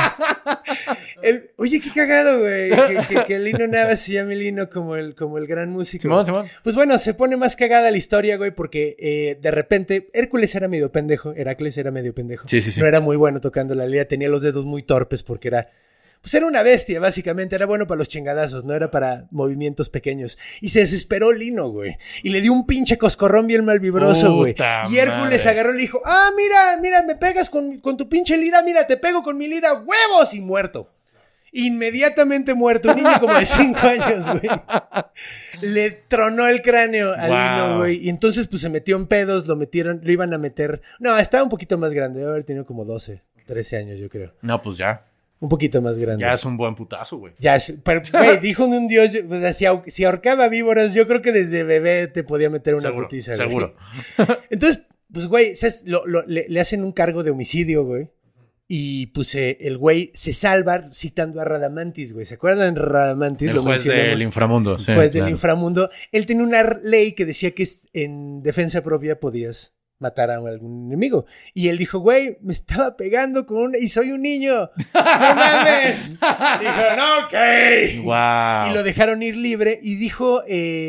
Oye, qué cagado, güey, que Lino Nava se llame Lino como el gran músico. Simón. Pues bueno, se pone más cagada la historia, güey, porque de repente Hércules era medio pendejo, Heracles era medio pendejo. Sí. No era muy bueno tocando la lira, tenía los dedos muy torpes porque era una bestia, básicamente. Era bueno para los chingadazos, no era para movimientos pequeños. Y se desesperó Lino, güey. Y le dio un pinche coscorrón bien malvibroso, güey. Y Hércules agarró y le dijo, mira, me pegas con tu pinche lira, mira, te pego con mi lira, ¡huevos! Y muerto. Inmediatamente muerto. Un niño como de 5 años, güey. Le tronó el cráneo a Lino, güey. Y entonces, pues, se metió en pedos, lo iban a meter... No, estaba un poquito más grande. Debe haber tenido como 12, 13 años, yo creo. No, pues ya. Un poquito más grande. Ya es un buen putazo, güey. Pero, güey, dijo un dios, si ahorcaba víboras, yo creo que desde bebé te podía meter una putiza, güey. Seguro. Entonces, pues, güey, le hacen un cargo de homicidio, güey. Y, pues, el güey se salva citando a Radamantis, güey. ¿Se acuerdan de Radamantis? El juez del inframundo. Sí, juez del inframundo. Él tenía una ley que decía que en defensa propia podías matar a algún enemigo. Y él dijo, güey, me estaba pegando y soy un niño. ¡No mames! Dijo, no, ok. Wow. Y lo dejaron ir libre. Y dijo,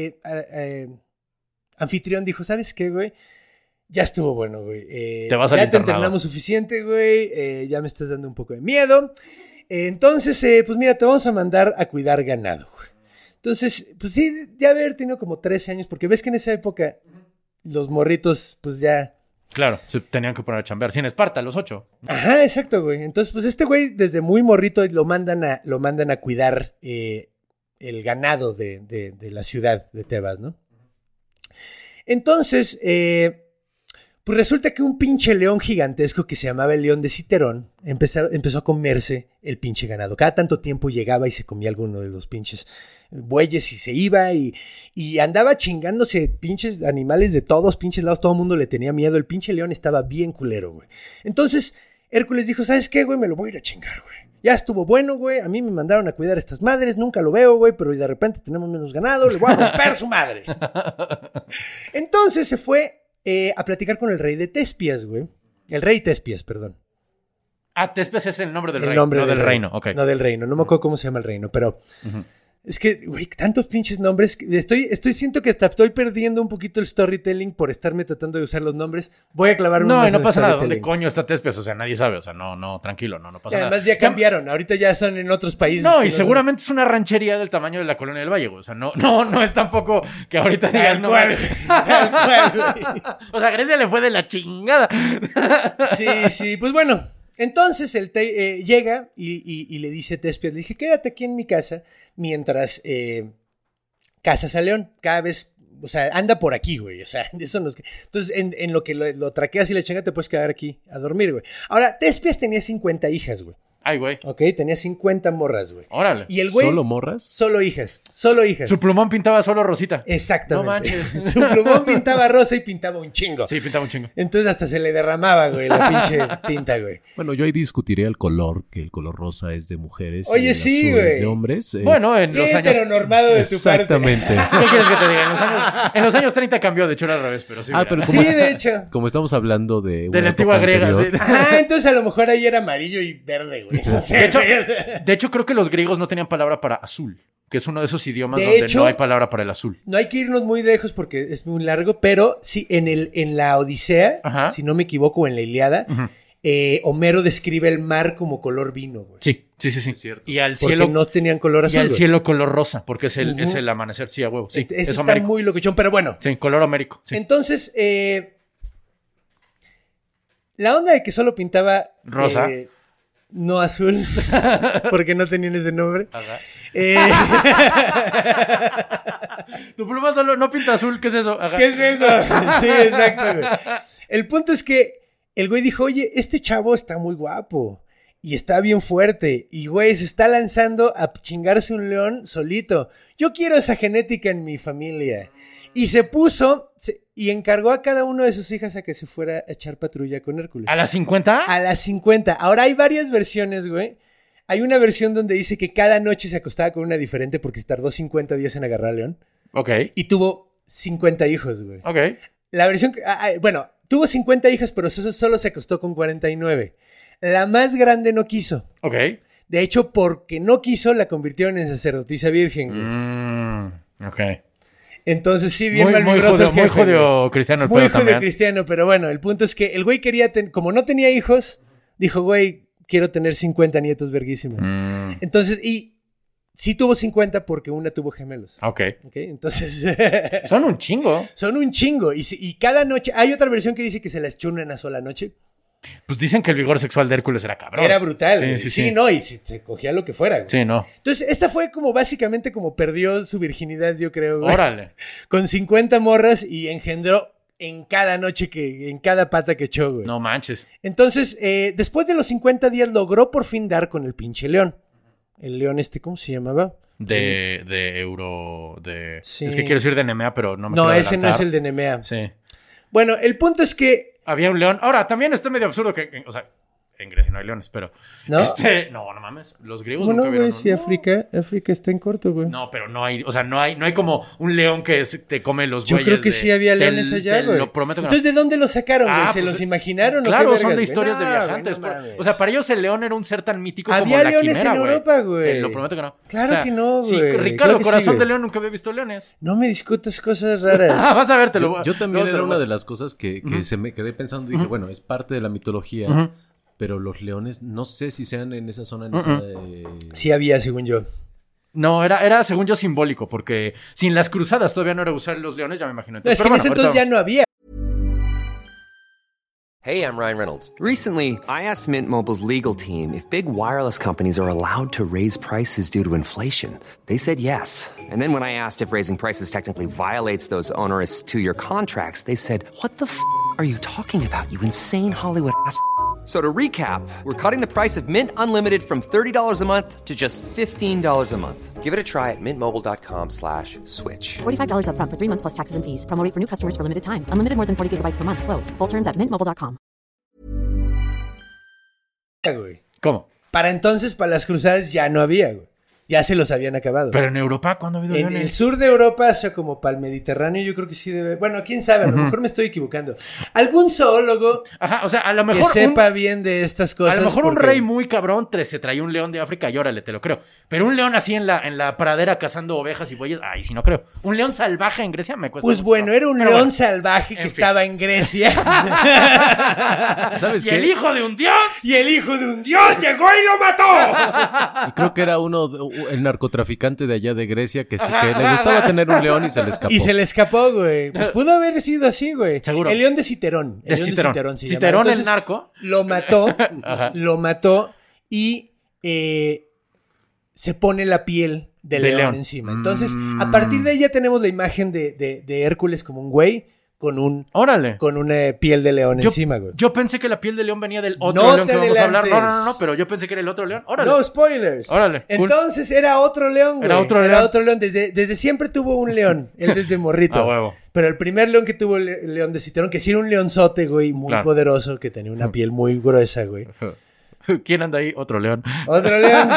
Anfitrión dijo, ¿sabes qué, güey? Ya estuvo bueno, güey. Te vas al internado. Ya te entrenamos suficiente, güey. Ya me estás dando un poco de miedo. Entonces, pues mira, te vamos a mandar a cuidar ganado, güey. Entonces, pues sí, ya haber tenido como 13 años, porque ves que en esa época los morritos, pues ya... Claro, se tenían que poner a chambear. Sí, en Esparta, los 8. Ajá, exacto, güey. Entonces, pues este güey, desde muy morrito, lo mandan a cuidar el ganado de la ciudad de Tebas, ¿no? Entonces, pues resulta que un pinche león gigantesco que se llamaba el león de Citerón empezó a comerse el pinche ganado. Cada tanto tiempo llegaba y se comía alguno de los pinches bueyes y se iba y andaba chingándose pinches animales de todos pinches lados. Todo el mundo le tenía miedo. El pinche león estaba bien culero, güey. Entonces Hércules dijo, ¿sabes qué, güey? Me lo voy a ir a chingar, güey. Ya estuvo bueno, güey. A mí me mandaron a cuidar a estas madres. Nunca lo veo, güey. Pero de repente tenemos menos ganado. Le voy a romper su madre. Entonces se fue a platicar con el rey de Tespias, güey. El rey Tespias, perdón. Tespias es el nombre del El reino. nombre No del reino, reino. ok. No del reino. No me acuerdo cómo se llama el reino, pero... Es que, güey, tantos pinches nombres. Siento que hasta estoy perdiendo un poquito el storytelling por estarme tratando de usar los nombres. Voy a clavarme No, más y no en pasa nada. storytelling. ¿Dónde coño está Tespias? O sea, nadie sabe. O sea, no, tranquilo, no Y pasa nada. además ya cambiaron. Ahorita ya son en otros países. No, que y son- seguramente es una ranchería del tamaño de la Colonia del Valle, güey. O sea, no es tampoco que ahorita digas, Tal no cual, mames. tal cual, güey. O sea, Grecia le fue de la chingada. Sí, pues bueno. Entonces él llega y le dice a Tespias, le dije, quédate aquí en mi casa mientras cazas a León. Cada vez, o sea, anda por aquí, güey. O sea, eso no es que... Entonces, en lo que lo traqueas y la chinga, te puedes quedar aquí a dormir, güey. Ahora, Tespias tenía 50 hijas, güey. Ay, güey. Ok, tenía 50 morras, güey. Órale. Y el güey... ¿Solo morras? Solo hijas. Su plumón pintaba solo rosita. Exactamente. No manches. Su plumón pintaba rosa y pintaba un chingo. Sí, pintaba un chingo. Entonces hasta se le derramaba, güey, la pinche tinta, güey. Bueno, yo ahí discutiría el color, que el color rosa es de mujeres. Oye, y el sí, azul es güey. de hombres. Bueno, en los Qué años... heteronormado de tu parte. Exactamente. ¿Qué quieres que te diga? En los años 30 cambió, de hecho era al revés, pero sí. mira. Pero Sí, de hecho. como estamos hablando de De una la antigua época griega, anterior, sí. Ah, entonces a lo mejor ahí era amarillo y verde, güey. No sé, De hecho, güey, o sea. de hecho, creo que los griegos no tenían palabra para azul, que es uno de esos idiomas De donde hecho- no hay palabra para el azul. No hay que irnos muy lejos porque es muy largo, pero sí, en la Odisea, Ajá. si no me equivoco, en la Ilíada, Homero describe el mar como color vino, güey. Sí. Y al Porque cielo, no tenían color y azul. al güey. cielo color rosa, porque es Ujú. es el amanecer, sí, a huevo. Sí, Eso es está homérico. muy locochón, pero bueno. Sí, color homérico. Sí. Entonces, la onda de que solo pintaba Rosa. No azul, porque no tenían ese nombre. Ajá. Tu pluma solo no pinta azul, ¿qué es eso? Ajá. ¿Qué es eso? Sí, exacto, güey. El punto es que el güey dijo, oye, este chavo está muy guapo y está bien fuerte y, güey, se está lanzando a chingarse un león solito. Yo quiero esa genética en mi familia. Y se puso y encargó a cada uno de sus hijas a que se fuera a echar patrulla con Hércules. ¿A las 50? A las 50. Ahora hay varias versiones, güey. Hay una versión donde dice que cada noche se acostaba con una diferente porque se tardó 50 días en agarrar a León. Ok. Y tuvo 50 hijos, güey. Ok. La versión... bueno, tuvo 50 hijas, pero solo se acostó con 49. La más grande no quiso. Ok. De hecho, porque no quiso, la convirtieron en sacerdotisa virgen, güey. Ok. Entonces sí, bien Muy malvibroso el muy jefe, güey. judío cristiano el Muy pedo también. judio-cristiano, pero bueno, el punto es que el güey quería, como no tenía hijos, dijo, güey, quiero tener 50 nietos verguísimos. Entonces, y sí tuvo 50 porque una tuvo gemelos. Ok. ¿Ok? Entonces, Son un chingo. son un chingo. Y cada noche, hay otra versión que dice que se las echó una sola noche. Pues dicen que el vigor sexual de Hércules era cabrón. Era brutal. Sí, güey. sí. No, y se cogía lo que fuera, güey. Sí, no. Entonces, esta fue como básicamente como perdió su virginidad, yo creo, güey. Órale. Con 50 morras y engendró en cada noche en cada pata que echó, güey. No manches. Entonces, después de los 50 días logró por fin dar con el pinche león. El león ¿cómo se llamaba? De euro. Sí. Es que quiero decir de Nemea, pero no me No, quiero ese no es adelantar. el de Nemea. Sí. Bueno, el punto es que... Había un león. Ahora, también está medio absurdo que. O sea, en Grecia no hay leones, pero. ¿No? No mames. Los griegos Bueno, nunca güey, vieron. sí, África está en corto, güey. No, pero no hay. O sea, no hay como un león que te come los Yo bueyes. creo que sí había leones allá, te güey. lo prometo que no. Entonces, ¿de dónde los sacaron, güey? Ah, ¿Se pues, los imaginaron o qué Claro, vergas, son de güey? historias de No, viajantes. güey, no mames. O sea, para ellos el león era un ser tan mítico Había como la leones quimera, en güey. Europa, güey. Te lo prometo que no. Claro que no, Sí, güey. Ricardo, Claro que sí, corazón güey. de león, nunca había visto leones. No me discutas cosas raras. Vas a ver, te lo Yo también luego te era lo una voy a- de las cosas que se me quedé pensando y dije, bueno, es parte de la mitología, pero los leones no sé si sean en esa zona. Sí había, según yo. No, era según yo simbólico, porque sin las cruzadas todavía no era usar los leones, ya me imagino. No, es que Pero en ese bueno, entonces ya ahorita no había. Hey, I'm Ryan Reynolds. Recently, I asked Mint Mobile's legal team if big wireless companies are allowed to raise prices due to inflation. They said yes. And then when I asked if raising prices technically violates those onerous two-year contracts, they said, "What the f*** are you talking about, you insane Hollywood ass?" So to recap, we're cutting the price of Mint Unlimited from $30 a month to just $15 a month. Give it a try at mintmobile.com/switch. $45 up front for 3 months plus taxes and fees. Promo rate for new customers for limited time. Unlimited more than 40 gigabytes per month. Slows full terms at mintmobile.com. Güey. ¿Cómo? Para entonces, para las cruzadas ya no había, güey. Ya se los habían acabado. Pero en Europa, ¿cuándo ha habido En leones? el sur de Europa, o sea, como para el Mediterráneo, yo creo que sí debe... Bueno, quién sabe, a lo mejor me estoy equivocando. Algún zoólogo Ajá, o sea, a lo que mejor sepa bien de estas cosas. a lo mejor un porque- rey muy cabrón se traía un león de África y órale, te lo creo. Pero un león así en la pradera cazando ovejas y bueyes, ay, sí no creo. Un león salvaje en Grecia me cuesta Pues mucho. bueno, era un Pero león bueno. salvaje que En fin. estaba en Grecia. ¿Sabes Y qué? el hijo de un dios. Y el hijo de un dios llegó y lo mató. Y creo que era el narcotraficante de allá de Grecia que le gustaba tener un león y se le escapó. Y se le escapó, güey. Pues pudo haber sido así, güey. Seguro. El león de Citerón. El De león Citerón. de Citerón se llama. Citerón, el Entonces, narco. Lo mató y se pone la piel del De león león. encima. Entonces, a partir de ahí ya tenemos la imagen de Hércules como un güey con Órale. una piel de león encima, güey. Yo pensé que la piel de león venía del otro No león te que vamos a hablar. adelantes. No, pero yo pensé que era el otro león. Órale. No spoilers. Órale, cool. Entonces era otro león, güey. Era otro león. Desde siempre tuvo un león. Él desde morrito. A huevo. Pero el primer león que tuvo el león de Citerón, que sí era un leonzote, güey, muy Claro. poderoso, que tenía una piel muy gruesa, güey. ¿Quién anda ahí? Otro león. Otro león.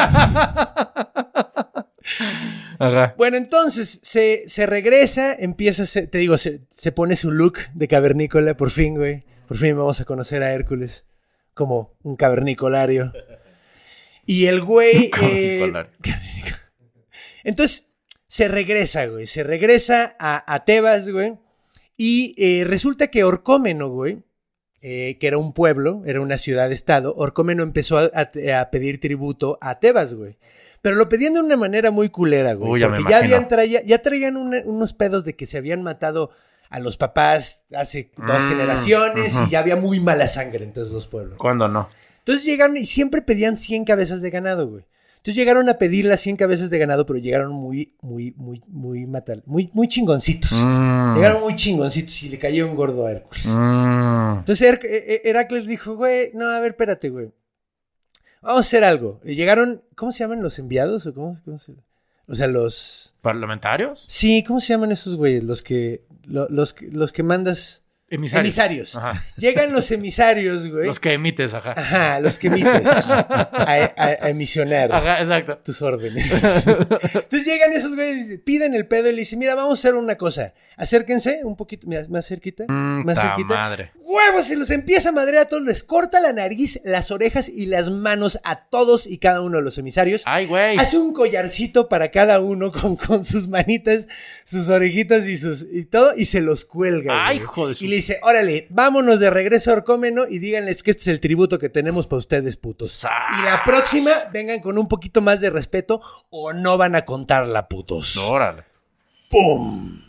Ajá. Bueno, entonces se regresa, empieza, te digo, se pone su look de cavernícola, por fin, güey. Por fin vamos a conocer a Hércules como un cavernicolario. Y el güey... Cavernicolario. Entonces, se regresa, güey. Se regresa a Tebas, güey. Y resulta que Orcómeno, güey, que era un pueblo, era una ciudad-estado, Orcómeno empezó a pedir tributo a Tebas, güey. Pero lo pedían de una manera muy culera, güey. Uy, ya me porque imagino. ya traían unos pedos de que se habían matado a los papás hace 2 generaciones y ya había muy mala sangre entre esos dos pueblos. ¿Cuándo no? Entonces llegaron y siempre pedían 100 cabezas de ganado, güey. Entonces llegaron a pedir las 100 cabezas de ganado, pero llegaron muy chingoncitos. Llegaron muy chingoncitos y le cayó un gordo a Hércules. Entonces Heracles dijo, güey, no, a ver, espérate, güey. Vamos a hacer algo. Llegaron, ¿cómo se llaman los enviados? ¿O cómo se... O sea, los... ¿Parlamentarios? Sí, ¿cómo se llaman esos güeyes? Los que mandas... Emisarios. Ajá. Llegan los emisarios, güey. Los que emites, ajá. Ajá, los que emites a emisionar Ajá, exacto. tus órdenes. Entonces llegan esos güeyes, piden el pedo y le dicen, mira, vamos a hacer una cosa. Acérquense un poquito, mira, más cerquita. Más Ta cerquita. madre. ¡Huevos! Se los empieza a madrear a todos, les corta la nariz, las orejas y las manos a todos y cada uno de los emisarios. Ay, güey. Hace un collarcito para cada uno con sus manitas, sus orejitas y todo, y se los cuelga. Ay, güey. hijo de su... Y le dice, órale, vámonos de regreso a Orcómeno y díganles que este es el tributo que tenemos para ustedes, putos. Y la próxima, vengan con un poquito más de respeto o no van a contarla, putos. Órale. ¡Pum!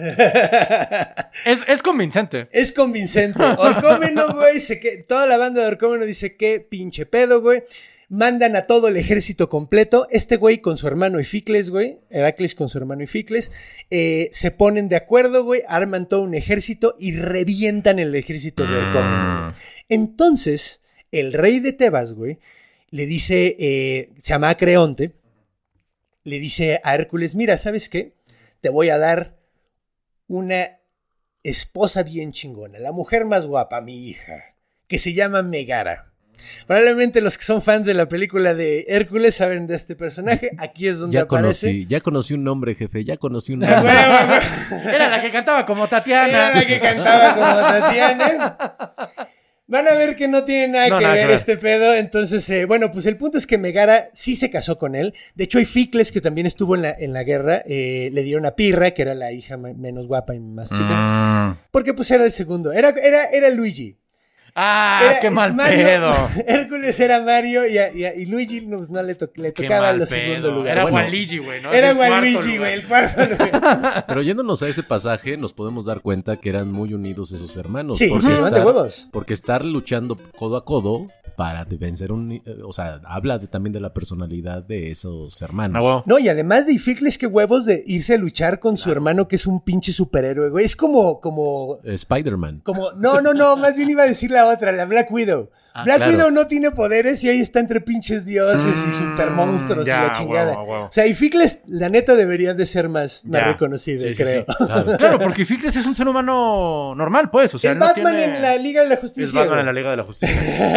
Es convincente. Es convincente. Orcómeno, güey, toda la banda de Orcómeno dice, qué pinche pedo, güey. Mandan a todo el ejército completo. Este güey con su hermano Ificles, güey. Heracles con su hermano Ificles. Se ponen de acuerdo, güey. Arman todo un ejército y revientan el ejército de Orcómeno, güey. Entonces, el rey de Tebas, güey, le dice, se llama Creonte, le dice a Hércules, mira, ¿sabes qué? Te voy a dar una esposa bien chingona, la mujer más guapa, mi hija, que se llama Megara. Probablemente los que son fans de la película de Hércules saben de este personaje. Aquí es donde aparece. Ya conocí un nombre, jefe. Ya conocí un Güey, nombre. Era la que cantaba como Tatiana. Era la que cantaba como Tatiana. Van a ver que no tiene nada que ver este pedo. Entonces, bueno, pues el punto es que Megara sí se casó con él. De hecho, Ificles, que también estuvo en la guerra, le dieron a Pirra, que era la hija menos guapa y más chica. Porque pues era el segundo. Era Luigi. Qué mal pedo. Hércules era Mario y Luigi pues, no le tocaba los segundo lugar. Era Bueno, Waluigi, güey, ¿no? Era El cuarto Waluigi, lugar. güey, el cuarto lugar. Pero yéndonos a ese pasaje, nos podemos dar cuenta que eran muy unidos esos hermanos. Sí, se llevan de huevos. Porque estar luchando codo a codo para vencer o sea, habla también de la personalidad de esos hermanos. Wow. No, y además de Ificles, qué huevos de irse a luchar con su hermano, que es un pinche superhéroe, güey. Es como Spider-Man. No, más bien iba a decir la otra, la Black Widow. Black claro. Widow no tiene poderes y ahí está entre pinches dioses y super monstruos y la chingada. Huevo. O sea, Ificles, la neta, debería de ser más Ya. reconocido, Sí, sí, creo. sí. Claro, porque Ificles es un ser humano normal, pues. O sea, Es no Batman tiene... en la Liga de la Justicia. Es Batman güey. en la Liga de la Justicia.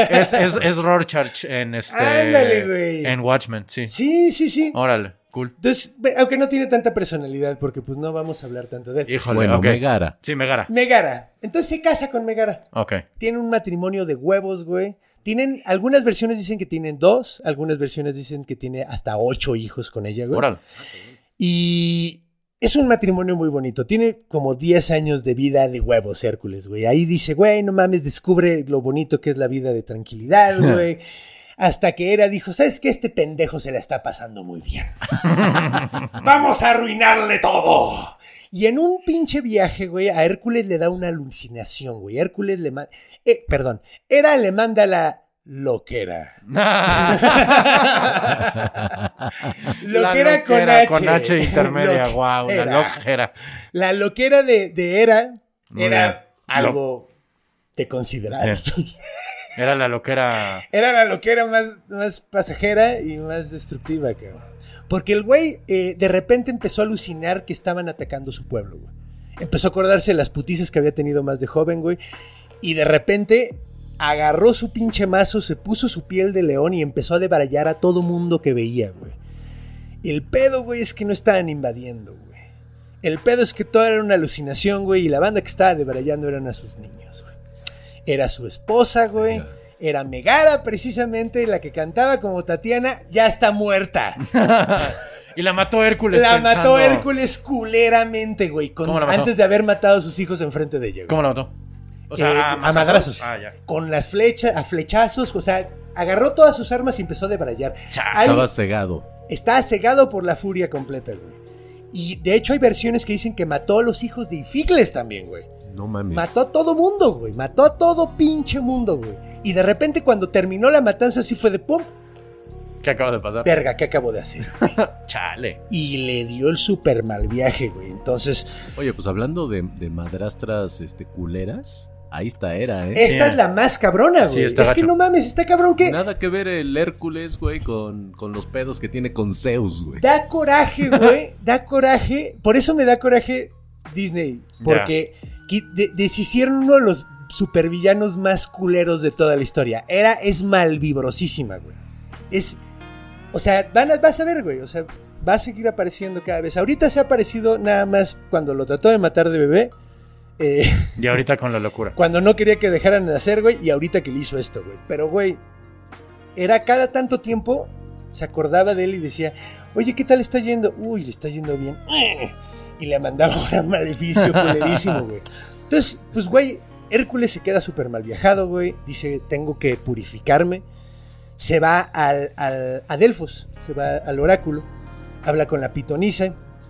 Es Rorschach en Ándale, güey. En Watchmen, sí. Sí. Órale, cool. Entonces, aunque no tiene tanta personalidad, porque pues no vamos a hablar tanto de él. Híjole, Bueno, ok. Megara. Sí, Megara. Megara. Entonces se casa con Megara. Ok. Tiene un matrimonio de huevos, güey. Algunas versiones dicen que tienen 2, algunas versiones dicen que tiene hasta 8 hijos con ella, güey. Órale. Y es un matrimonio muy bonito. Tiene como 10 años de vida de huevos, Hércules, güey. Ahí dice, güey, no mames, descubre lo bonito que es la vida de tranquilidad, güey. Hasta que Hera dijo, ¿sabes qué? Este pendejo se la está pasando muy bien. ¡Vamos a arruinarle todo! Y en un pinche viaje, güey, a Hércules le da una alucinación, güey. Hércules le manda... Hera le manda la loquera. Loquera con H. Con H intermedia, wow, la loquera. La loquera de Hera Muy era bien. algo de considerar. Sí. Era la loquera. Era la loquera más pasajera y más destructiva, cabrón. Porque el güey de repente empezó a alucinar que estaban atacando su pueblo, güey. Empezó a acordarse de las putizas que había tenido más de joven, güey. Y de repente agarró su pinche mazo, se puso su piel de león y empezó a debrayar a todo mundo que veía, güey. El pedo, güey, es que no estaban invadiendo, güey. El pedo es que todo era una alucinación, güey. Y la banda que estaba debrayando eran a sus niños, güey. Era su esposa, güey. Era Megara, precisamente, la que cantaba como Tatiana, ya está muerta. Y la mató Hércules. La pensando... mató Hércules culeramente, güey. ¿Cómo la mató? Antes de haber matado a sus hijos enfrente de ella, güey. ¿Cómo la mató? O sea, a madrazos. Ya. Con las flechas, a flechazos. O sea, agarró todas sus armas y empezó a debrayar. Estaba cegado. Estaba cegado por la furia completa, güey. Y de hecho hay versiones que dicen que mató a los hijos de Ificles también, güey. No mames. Mató a todo mundo, güey. Mató a todo pinche mundo, güey. Y de repente cuando terminó la matanza así fue de pum. ¿Qué acaba de pasar? Verga, ¿qué acabo de hacer? Chale. Y le dio el super mal viaje, güey. Entonces... Oye, pues hablando de madrastras culeras, ahí está Hera, ¿eh? Esta es la más cabrona, güey. Sí, está es gacho. que no mames, está cabrón que... Nada que ver el Hércules, güey, con los pedos que tiene con Zeus, güey. Da coraje, güey. Da coraje. Por eso me da coraje Disney. Porque deshicieron uno de los supervillanos más culeros de toda la historia. Hera es malvibrosísima, güey. O sea, vas a ver, güey. O sea, va a seguir apareciendo cada vez. Ahorita se ha aparecido nada más cuando lo trató de matar de bebé. Y ahorita con la locura. Cuando no quería que dejaran de nacer, güey. Y ahorita que le hizo esto, güey. Pero, güey, era cada tanto tiempo se acordaba de él y decía, oye, ¿qué tal está yendo? Uy, le está yendo bien. Y le mandaba un maleficio culerísimo, güey. Entonces, pues, güey, Hércules se queda súper mal viajado, güey. Dice, tengo que purificarme. Se va a Delfos, se va al oráculo. Habla con la pitonisa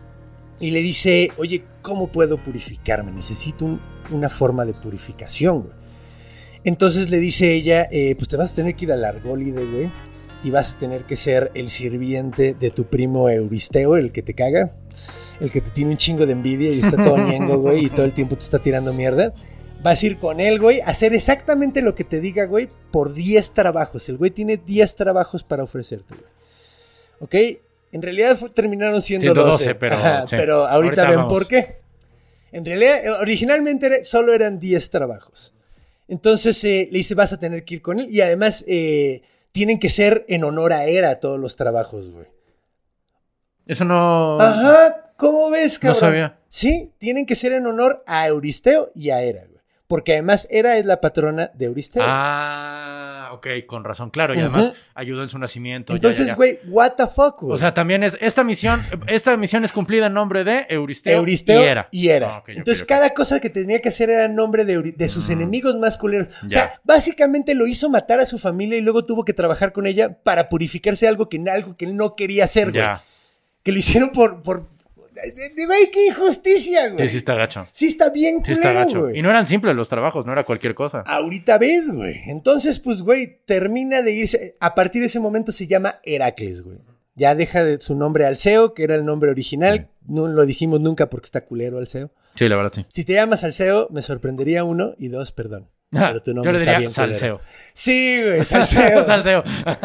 y le dice, oye, ¿cómo puedo purificarme? Necesito una forma de purificación, güey. Entonces le dice ella, pues te vas a tener que ir a la Argólide, güey. Y vas a tener que ser el sirviente de tu primo Euristeo, el que te caga. El que te tiene un chingo de envidia y está todo ñengo, güey, y todo el tiempo te está tirando mierda. Vas a ir con él, güey, a hacer exactamente lo que te diga, güey, por 10 trabajos. El güey tiene 10 trabajos para ofrecerte, güey. ¿Ok? En realidad terminaron siendo 12. Pero, ajá, sí. Pero ahorita ven vamos. por qué. En realidad, originalmente solo eran 10 trabajos. Entonces le dice, vas a tener que ir con él. Y además, tienen que ser en honor a Hera todos los trabajos, güey. Eso no... Ajá, ¿cómo ves, cabrón? No sabía. Sí, tienen que ser en honor a Euristeo y a Hera, güey. Porque además Hera es la patrona de Euristeo. Ah, ok, con razón, claro. Y además ayudó en su nacimiento. Entonces, ya. güey, what the fuck, güey. O sea, también es esta misión es cumplida en nombre de Euristeo y Hera. Ah, okay, Entonces, ok. cada cosa que tenía que hacer era en nombre de sus enemigos más culeros. O Ya. sea, básicamente lo hizo matar a su familia y luego tuvo que trabajar con ella para purificarse algo que él no quería hacer, güey. Ya. Que lo hicieron por... Güey, qué injusticia, güey. Sí está gacho. Sí está bien Sí culero, está gacho. güey. Y no eran simples los trabajos, no era cualquier cosa. Ahorita ves, güey. Entonces, pues, güey, termina de irse. A partir de ese momento se llama Heracles, güey. Ya deja de su nombre Alceo, que era el nombre original. No lo dijimos nunca porque está culero Alceo. Sí, la verdad, sí. Si te llamas Alceo, me sorprendería 1 y 2, perdón. Pero tu nombre Yo le está diría bien culero. Salseo. Sí, güey, Salseo. Salseo.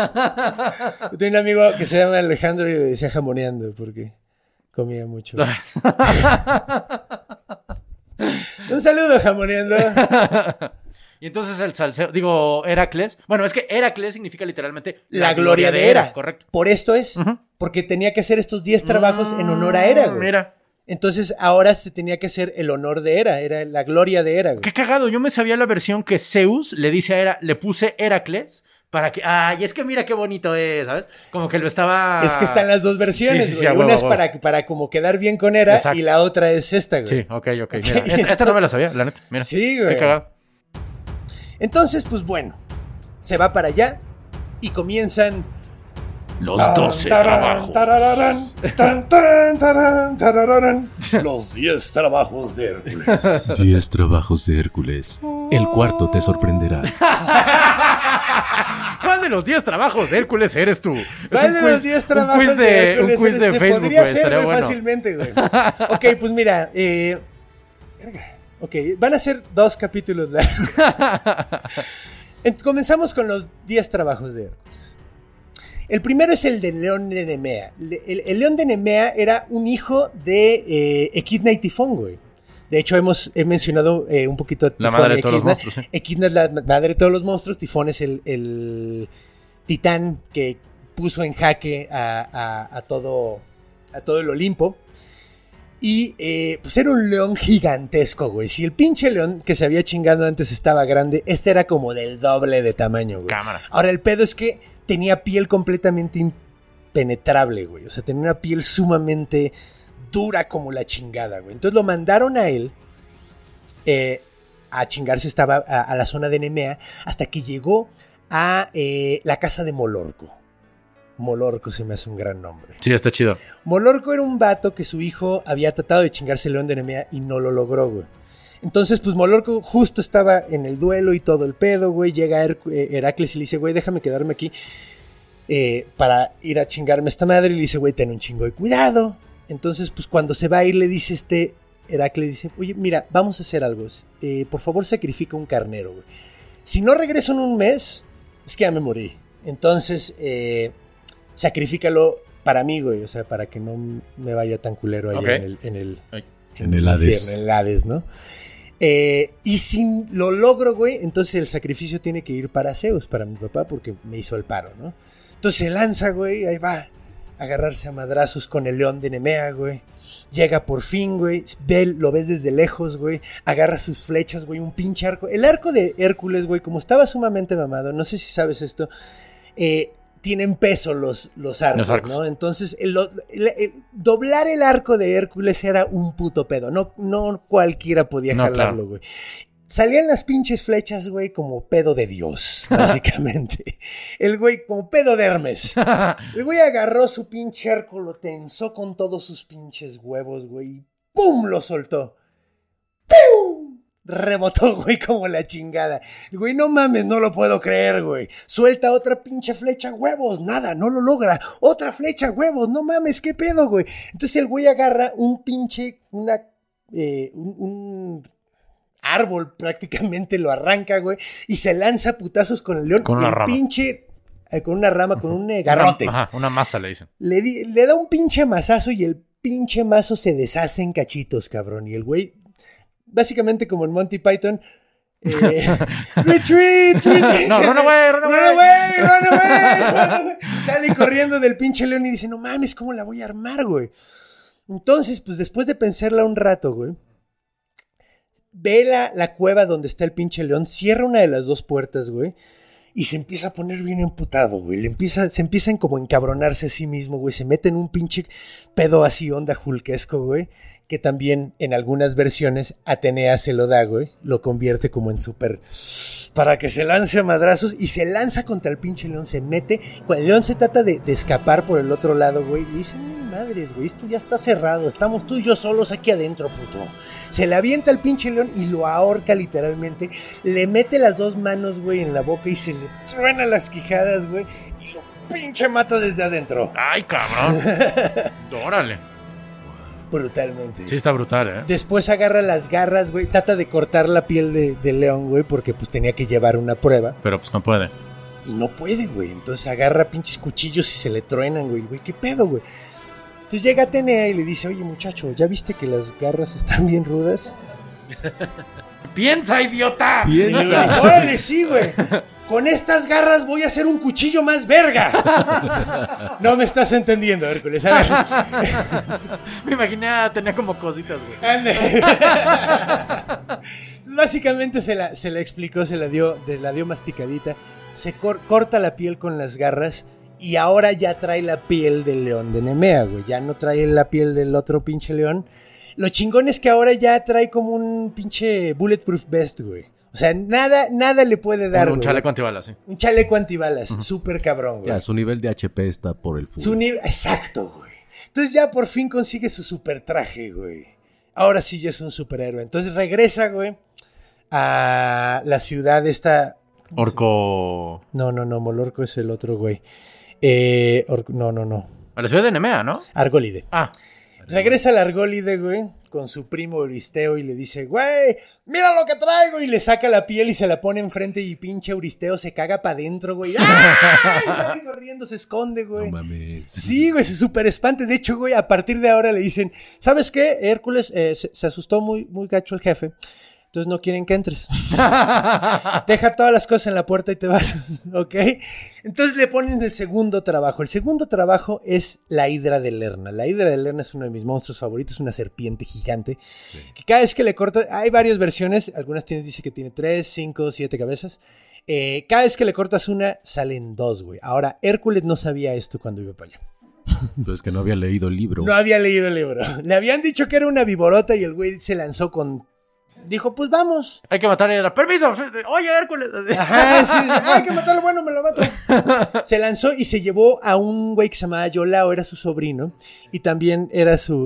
Yo tengo un amigo que se llama Alejandro y le decía jamoneando porque comía mucho. Un saludo, jamoneando. Y entonces el salseo, Heracles. Bueno, es que Heracles significa literalmente la gloria de Hera. Correcto. Por esto es. Porque tenía que hacer estos 10 trabajos en honor a Hera, güey. Mira. Entonces ahora se tenía que hacer el honor de Hera. Era la gloria de Hera, güey. Qué cagado. Yo me sabía la versión que Zeus le dice a Hera, le puse Heracles para que... Ay, es que mira qué bonito es, ¿sabes? Como que lo estaba... Es que están las dos versiones, güey. Una es para como quedar bien con Hera. Exacto. Y la otra es esta, güey. Sí, ok. Mira, esta no me la sabía, la neta. Mira. Sí, güey. Qué cagado. Entonces, pues bueno, se va para allá y comienzan... Los 12 trabajos. Los 10 trabajos de Hércules. 10 trabajos de Hércules. El cuarto te sorprenderá. ¿Cuál de los 10 trabajos de Hércules eres tú? ¿Cuál de los 10 trabajos de Hércules? Un quiz de Facebook, podría güey. ser muy bueno. fácilmente, güey. Ok, pues mira. Ok, van a ser 2 capítulos largos. Comenzamos con los 10 trabajos de Hércules. El primero es el del león de Nemea. El león de Nemea era un hijo de Equidna y Tifón, güey. De hecho, he mencionado un poquito a Tifón. La madre de todos los monstruos, sí. Equidna es la madre de todos los monstruos. Tifón es el titán que puso en jaque a todo el Olimpo. Y pues era un león gigantesco, güey. Si el pinche león que se había chingado antes estaba grande, este era como del doble de tamaño, güey. Cámara. Ahora, el pedo es que tenía piel completamente impenetrable, güey. O sea, tenía una piel sumamente dura como la chingada, güey. Entonces lo mandaron a él a chingarse, estaba a la zona de Nemea, hasta que llegó a la casa de Molorco. Molorco se me hace un gran nombre. Sí, está chido. Molorco era un vato que su hijo había tratado de chingarse el león de Nemea y no lo logró, güey. Entonces, pues Molorco justo estaba en el duelo y todo el pedo, güey. Llega Heracles y le dice, güey, déjame quedarme aquí para ir a chingarme a esta madre. Y le dice, güey, ten un chingo de cuidado. Entonces, pues cuando se va a ir, le dice Heracles dice, oye, mira, vamos a hacer algo. Por favor, sacrifica un carnero, güey. Si no regreso en un mes, es que ya me morí. Entonces, sacrifícalo para mí, güey. O sea, para que no me vaya tan culero allá en el Hades. En el Hades, ¿no? Y si lo logro, güey, entonces el sacrificio tiene que ir para Zeus, para mi papá, porque me hizo el paro, ¿no? Entonces se lanza, güey, ahí va, a agarrarse a madrazos con el león de Nemea, güey. Llega por fin, güey, lo ves desde lejos, güey, agarra sus flechas, güey, un pinche arco. El arco de Hércules, güey, como estaba sumamente mamado, no sé si sabes esto, tienen peso los arcos, ¿no? Entonces, doblar el arco de Hércules era un puto pedo. No cualquiera podía jalarlo, güey. Salían las pinches flechas, güey, como pedo de Dios, básicamente. El güey, como pedo de Hermes. El güey agarró su pinche arco, lo tensó con todos sus pinches huevos, güey, y ¡pum! Lo soltó. ¡Pum! Rebotó, güey, como la chingada. Güey, no mames, no lo puedo creer, güey. Suelta otra pinche flecha, huevos. Nada, no lo logra. Otra flecha, huevos. No mames, qué pedo, güey. Entonces el güey agarra un pinche, un árbol prácticamente, lo arranca, güey, y se lanza a putazos con el león. Con una rama. Pinche, con una rama, con un garrote. Una masa le dicen. Le da un pinche mazazo y el pinche mazo se deshace en cachitos, cabrón. Y el güey, básicamente como en Monty Python, retreat. No, run away. Sale corriendo del pinche león y dice, no mames, ¿cómo la voy a armar, güey? Entonces, pues después de pensarla un rato, güey, ve la cueva donde está el pinche león, cierra una de las 2 puertas, güey, y se empieza a poner bien emputado, güey. Se empiezan como a encabronarse a sí mismo, güey. Se mete en un pinche pedo así onda hulkesco, güey, que también en algunas versiones Atenea se lo da, güey. Lo convierte como en súper... para que se lance a madrazos y se lanza contra el pinche león, se mete. Cuando el león se trata de escapar por el otro lado, güey, le dice, madres, güey, esto ya está cerrado, estamos tú y yo solos aquí adentro, puto. Se le avienta al pinche león y lo ahorca literalmente, le mete las 2 manos, güey, en la boca y se le truena las quijadas, güey, y lo pinche mata desde adentro. ¡Ay, cabrón! ¡Órale! Brutalmente. Sí, está brutal, ¿eh? Después agarra las garras, güey, trata de cortar la piel del león, güey, porque pues tenía que llevar una prueba. Pero pues no puede. Y no puede, güey. Entonces agarra pinches cuchillos y se le truenan, güey. Güey, ¿qué pedo, güey? Entonces llega Atenea y le dice, oye, muchacho, ¿ya viste que las garras están bien rudas? ¡Piensa, idiota! Piensa. ¡Órale, sí, güey! Con estas garras voy a hacer un cuchillo más verga. No me estás entendiendo, Hércules. A ver. Me imaginé tenía como cositas, güey. Ande. Básicamente se la explicó, se la dio masticadita. Se corta la piel con las garras y ahora ya trae la piel del león de Nemea, güey. Ya no trae la piel del otro pinche león. Lo chingón es que ahora ya trae como un pinche bulletproof vest, güey. O sea, nada le puede dar, Un chaleco antibalas, sí. Un chaleco antibalas, súper cabrón, güey. Ya, su nivel de HP está por el fútbol. Exacto, güey. Entonces ya por fin consigue su super traje, güey. Ahora sí ya es un superhéroe. Entonces regresa, güey, a la ciudad esta... Orco... No, Molorco es el otro, güey. No. A la ciudad de Nemea, ¿no? Argólide. Ah. Regresa al Argólide, güey, con su primo Euristeo y le dice, güey, mira lo que traigo. Y le saca la piel y se la pone enfrente y pinche Euristeo se caga para adentro, güey. ¡Ay! Sale corriendo, se esconde, güey. No mames. Sí, güey, se súper espante. De hecho, güey, a partir de ahora le dicen, ¿sabes qué? Hércules se asustó muy gacho el jefe. Entonces no quieren que entres. Deja todas las cosas en la puerta y te vas, ¿ok? Entonces le ponen el segundo trabajo. El segundo trabajo es la Hidra de Lerna. La Hidra de Lerna es uno de mis monstruos favoritos, una serpiente gigante. Sí. Que cada vez que le corta, hay varias versiones, algunas dice que tiene 3, 5, 7 cabezas. Cada vez que le cortas una, salen 2, güey. Ahora, Hércules no sabía esto cuando iba para allá. Pues que no había leído el libro. No había leído el libro. Le habían dicho que era una viborota y el güey se lanzó con... Dijo, pues vamos. Hay que matar a Hidra. ¡Permiso! ¡Oye, Hércules! Ajá, sí. Hay que matarlo, bueno, me lo mato. Se lanzó y se llevó a un güey que se llamaba Yolao, era su sobrino. Y también era su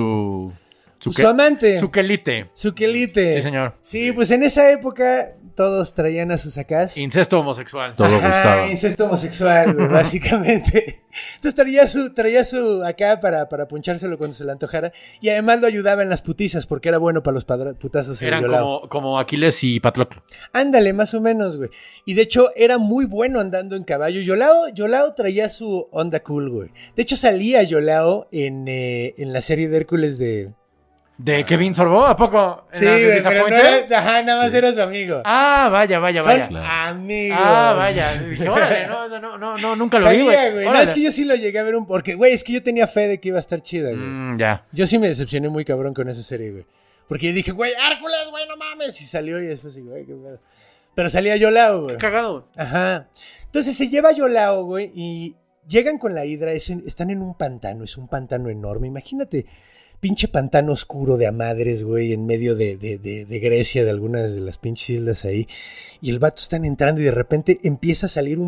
amante. Su quelite. Su quelite. Sí, señor. Sí, pues en esa época todos traían a sus acás. Incesto homosexual. Todo gustaba. Incesto homosexual, güey, básicamente. Entonces traía su acá para punchárselo cuando se le antojara. Y además lo ayudaba en las putizas porque era bueno para los putazos. Eran como Aquiles y Patroclo. Ándale, más o menos, güey. Y de hecho era muy bueno andando en caballo. Yolao traía su onda cool, güey. De hecho salía Yolao en la serie de Hércules ¿De Kevin Sorbo? ¿A poco? Sí, güey, pero no era, nada más era su amigo. Ah, vaya. Son amigos. Ah, vaya. Dije, órale, no, nunca lo vi, güey. No, es que yo sí lo llegué a ver porque, güey, es que yo tenía fe de que iba a estar chida, güey. Ya. Yo sí me decepcioné muy cabrón con esa serie, güey. Porque yo dije, güey, Hércules, güey, no mames. Y salió y después, güey, qué pedo. Pero salía Yolao, güey. Qué cagado. Ajá. Entonces se lleva Yolao, güey, y llegan con la Hidra. Están en un pantano, es un pantano enorme. Imagínate. Pinche pantano oscuro de a madres, güey, en medio de Grecia, de algunas de las pinches islas ahí. Y el vato están entrando y de repente empieza a salir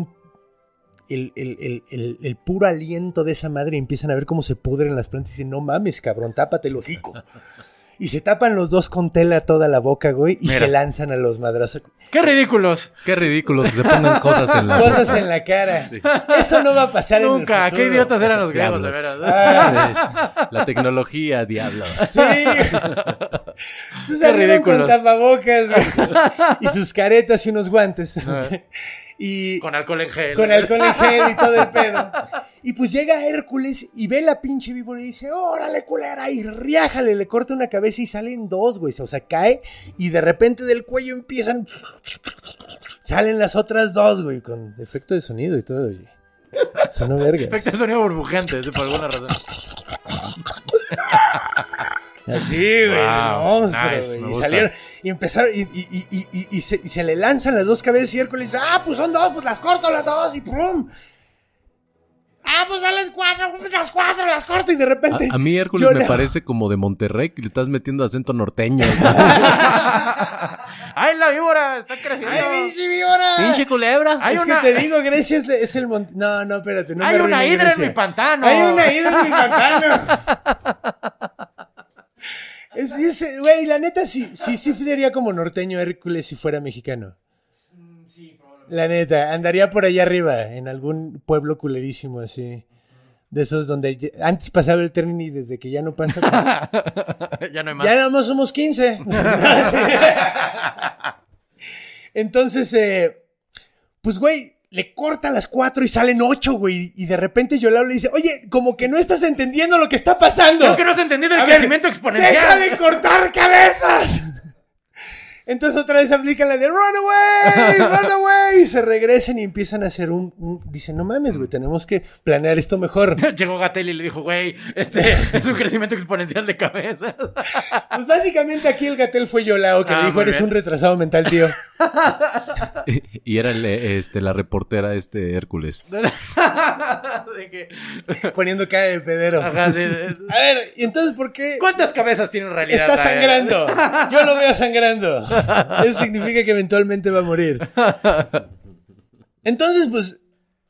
el puro aliento de esa madre y empiezan a ver cómo se pudren las plantas y dicen, no mames, cabrón, tápate el hocico. Y se tapan los dos con tela toda la boca, güey, y se lanzan a los madrazos. ¡Qué ridículos! ¡Qué ridículos que se pongan cosas en la boca! Cosas en la cara. Sí. Eso no va a pasar nunca. En el futuro. ¡Qué idiotas eran los griegos, de veras! La tecnología, diablos. Sí. Entonces salieron con tapabocas, güey, y sus caretas y unos guantes. Y con alcohol en gel. Con alcohol en gel y todo el pedo. Y pues llega Hércules y ve la pinche víbora y dice, órale, culera, y riájale, le corta una cabeza y salen 2, güey. O sea, cae y de repente del cuello empiezan... Salen las otras 2, güey, con efecto de sonido y todo, güey. Sonó vergas. Efecto de sonido burbujeante, por alguna razón. Así, güey, wow, monstruo, nice, güey. Y salieron, y empezaron, y se le lanzan las 2 cabezas y Hércules dice, pues son 2, pues las corto las 2 y ¡pum! Pues salen 4, pues las 4 las corto y de repente... A mí Hércules me parece como de Monterrey, que le estás metiendo acento norteño. ¡Ay, la víbora! ¡Está creciendo! ¡Ay, pinche víbora! ¡Pinche culebra! Es que te digo, Grecia es el No, espérate, no me ¡Hay una hidra en mi pantano! ¡Hay una hidra en mi pantano! Güey, la neta sí sería como norteño Hércules si fuera mexicano. Sí, probablemente. La neta, andaría por allá arriba, en algún pueblo culerísimo así. De esos donde antes pasaba el tren y desde que ya no pasa... Pues, ya no hay más. Ya nada más somos 15. Entonces, pues güey, le corta las 4 y salen 8, güey. Y de repente Yolao le dice, oye, como que no estás entendiendo lo que está pasando. Creo que no has entendido el crecimiento exponencial. ¡Deja de cortar cabezas! Entonces otra vez aplican la de run away, y se regresan y empiezan a hacer dicen, no mames, güey, tenemos que planear esto mejor. Llegó Gatell y le dijo, güey, es un crecimiento exponencial de cabeza. Pues básicamente aquí el Gatell fue Yolao, que le dijo, eres un retrasado mental, tío. Y era la reportera Hércules. Poniendo cara de pedero. Ajá, sí. A ver, ¿y entonces por qué? ¿Cuántas cabezas tiene en realidad? Está sangrando. Yo lo veo sangrando. Eso significa que eventualmente va a morir. Entonces, pues,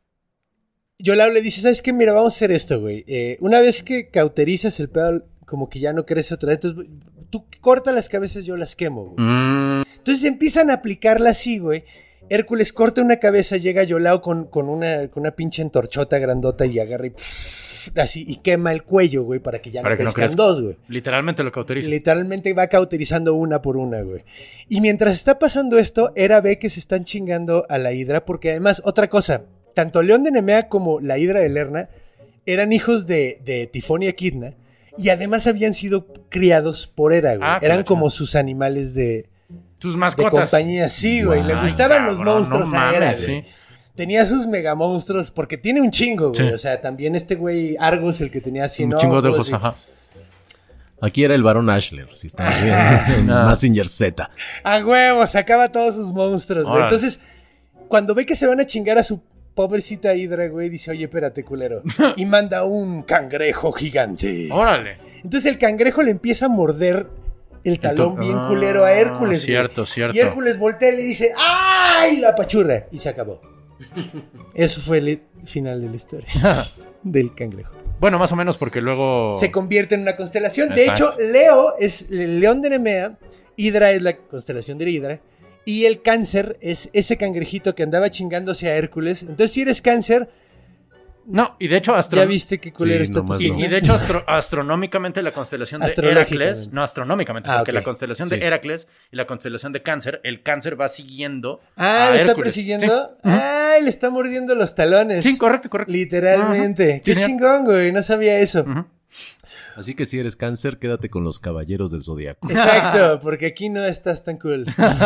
Yolao le dice, ¿sabes qué? Mira, vamos a hacer esto, güey. Una vez que cauterizas el pedo, como que ya no crece otra vez, entonces tú cortas las cabezas, yo las quemo, güey. Entonces empiezan a aplicarla así, güey. Hércules corta una cabeza, llega Yolao con una pinche entorchota grandota y agarra y así, y quema el cuello, güey, para que ya no crezcan dos, güey. Literalmente lo cauteriza. Literalmente va cauterizando una por una, güey. Y mientras está pasando esto, Hera ve que se están chingando a la Hidra, porque además, otra cosa, tanto León de Nemea como la Hidra de Lerna eran hijos de Tifón y Equidna, y además habían sido criados por Hera, güey. Eran como sus animales sus mascotas. De compañía, sí, güey. Le gustaban los monstruos a Hera, sí. güey. Tenía sus megamonstruos, porque tiene un chingo, güey. Sí. O sea, también este güey Argus, el que tenía 100 un chingo de ojos, ajá. Aquí era el Barón Ashler, si estamos viendo en Mazinger Z. A huevo, sacaba todos sus monstruos, güey. Entonces, cuando ve que se van a chingar a su pobrecita Hidra, güey, dice, oye, espérate, culero. Y manda un cangrejo gigante. Órale. Entonces el cangrejo le empieza a morder el talón bien culero a Hércules, cierto, güey. cierto. Y Hércules voltea y le dice, ¡ay! La apachurra. Y se acabó. Eso fue el final de la historia del cangrejo. Bueno, más o menos porque luego... Se convierte en una constelación. Exacto. De hecho, Leo es el León de Nemea, Hidra es la constelación de la Hidra, y el Cáncer es ese cangrejito que andaba chingándose a Hércules. Entonces, si eres Cáncer... No, y de hecho... Ya viste qué culero está tu y de hecho, astronómicamente la constelación de Heracles... No, astronómicamente, porque la constelación de Heracles y la constelación de Cáncer, el Cáncer va siguiendo a ¿le Hércules. está persiguiendo? Sí. ¡Ay! Le está mordiendo los talones. Sí, correcto. Literalmente. ¡Qué chingón, güey! No sabía eso. Así que si eres Cáncer, quédate con los Caballeros del Zodiaco. Exacto, porque aquí no estás tan cool.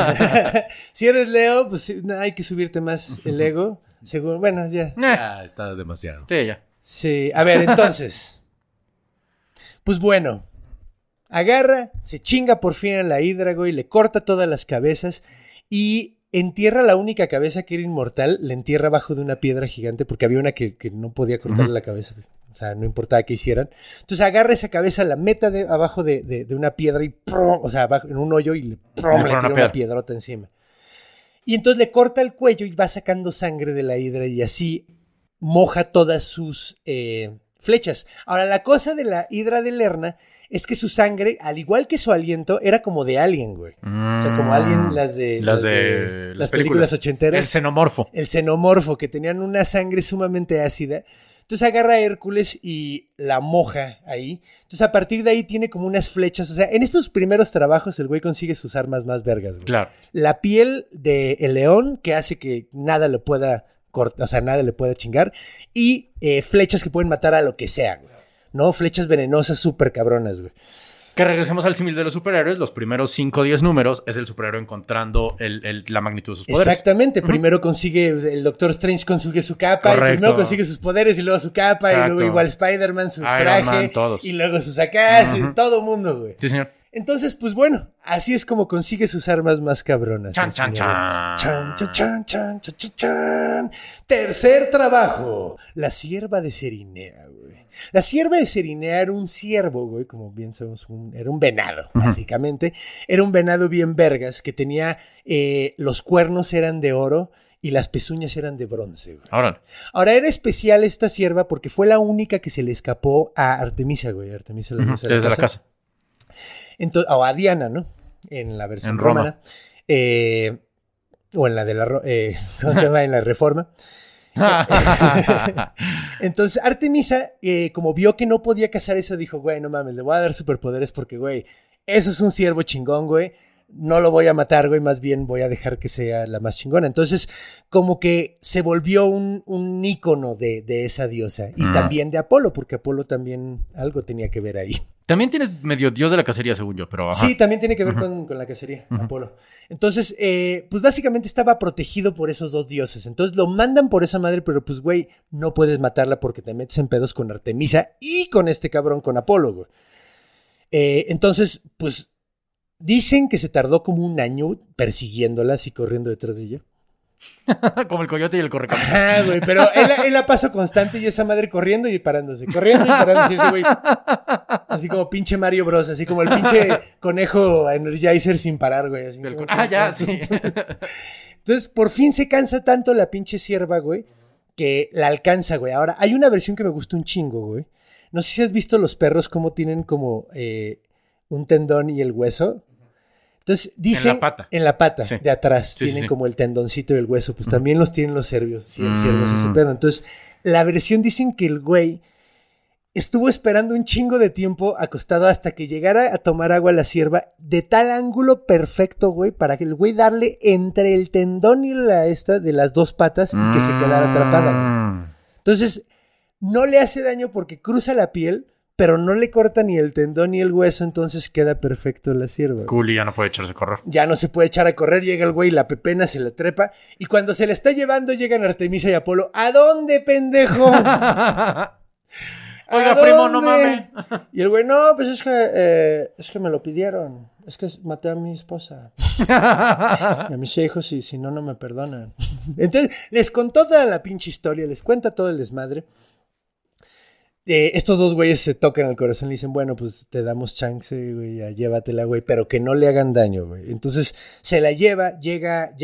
Si eres Leo, pues hay que subirte más el ego. Según, bueno, ya. Está demasiado. Sí, ya. Sí, a ver, entonces. Pues bueno. Agarra, se chinga por fin a la Hidra, güey, le corta todas las cabezas y entierra la única cabeza que era inmortal, la entierra abajo de una piedra gigante porque había una que no podía cortarle la cabeza. O sea, no importaba qué hicieran. Entonces agarra esa cabeza, la meta abajo de una piedra y ¡prum! O sea, abajo, en un hoyo y le tira una piedrota encima. Y entonces le corta el cuello y va sacando sangre de la Hidra y así moja todas sus flechas. Ahora, la cosa de la Hidra de Lerna es que su sangre, al igual que su aliento, era como de Alien, güey. O sea, como Alien, las de las películas ochenteras. El xenomorfo. El xenomorfo, que tenían una sangre sumamente ácida. Entonces agarra a Hércules y la moja ahí. Entonces a partir de ahí tiene como unas flechas. O sea, en estos primeros trabajos el güey consigue sus armas más vergas, güey. Claro. La piel del león que hace que nada le pueda cortar, o sea, nada le pueda chingar. Y flechas que pueden matar a lo que sea, güey. ¿No? Flechas venenosas súper cabronas, güey. Que regresemos al símil de los superhéroes. Los primeros 5 o 10 números es el superhéroe encontrando la magnitud de sus poderes. Exactamente. Primero consigue, el Doctor Strange consigue su capa. Correcto. Y primero consigue sus poderes y luego su capa. Exacto. Y luego igual Spider-Man, su traje. Man, todos. Y luego sus acás. Y todo mundo, güey. Sí, señor. Entonces, pues bueno, así es como consigue sus armas más cabronas. Chan, chan, chan. Chan, chan, chan, chan, chan, chan, chan. Tercer trabajo. La sierva de Serinea, güey. La sierva de Serinea era un ciervo, güey, como bien sabemos, era un venado, básicamente. Era un venado bien vergas, que tenía, los cuernos eran de oro y las pezuñas eran de bronce, güey. Ahora era especial esta sierva porque fue la única que se le escapó a Artemisa, güey. Artemisa la diosa de la casa. Entonces, o a Diana, ¿no? En la versión romana. O en la de la... ¿cómo se llama? En la Reforma. Entonces Artemisa, como vio que no podía cazar eso, dijo, güey, no mames, le voy a dar superpoderes porque, güey, eso es un ciervo chingón, güey. no lo voy a matar, güey, más bien voy a dejar que sea la más chingona. Entonces, como que se volvió un ícono de esa diosa. Y también de Apolo, porque Apolo también algo tenía que ver ahí. También tienes medio dios de la cacería, según yo, pero... Ajá. Sí, también tiene que ver con la cacería, Apolo. Entonces, pues básicamente estaba protegido por esos dos dioses. Entonces lo mandan por esa madre, pero pues, güey, no puedes matarla porque te metes en pedos con Artemisa y con este cabrón, con Apolo, güey. Entonces, pues, dicen que se tardó como 1 año persiguiéndola y corriendo detrás de ella. Como el coyote y el correcamino. Ah, güey, pero él a paso constante y esa madre corriendo y parándose. Corriendo y parándose. Y ese güey, así como pinche Mario Bros. Así como el pinche conejo Energizer sin parar, güey. Así como, ya, sí. Entonces, por fin se cansa tanto la pinche cierva, güey, que la alcanza, güey. Ahora, hay una versión que me gusta un chingo, güey. No sé si has visto los perros cómo tienen como un tendón y el hueso. Entonces, dicen... En la pata, sí. De atrás. Sí, tienen como el tendoncito y el hueso. Pues también los tienen los ciervos ese pedo. Entonces, la versión dicen que el güey estuvo esperando un chingo de tiempo acostado hasta que llegara a tomar agua la cierva de tal ángulo perfecto, güey, para que el güey darle entre el tendón y la esta de las dos patas y que se quedara atrapada, güey. Entonces, no le hace daño porque cruza la piel, pero no le corta ni el tendón ni el hueso, entonces queda perfecto la cierva. Cool, y ya no puede echarse a correr. Ya no se puede echar a correr, llega el güey, la pepena, se la trepa, y cuando se la está llevando llegan Artemisa y Apolo. ¿A dónde, pendejo? Oiga, primo, no mames. Y el güey, no, pues es que me lo pidieron. Es que maté a mi esposa. Y a mis hijos, y si no, no me perdonan. Entonces, les contó toda la pinche historia, les cuenta todo el desmadre. Estos dos güeyes se tocan el corazón y le dicen, bueno, pues te damos chance, güey, ya llévatela, güey, pero que no le hagan daño, güey. Entonces se la lleva, llega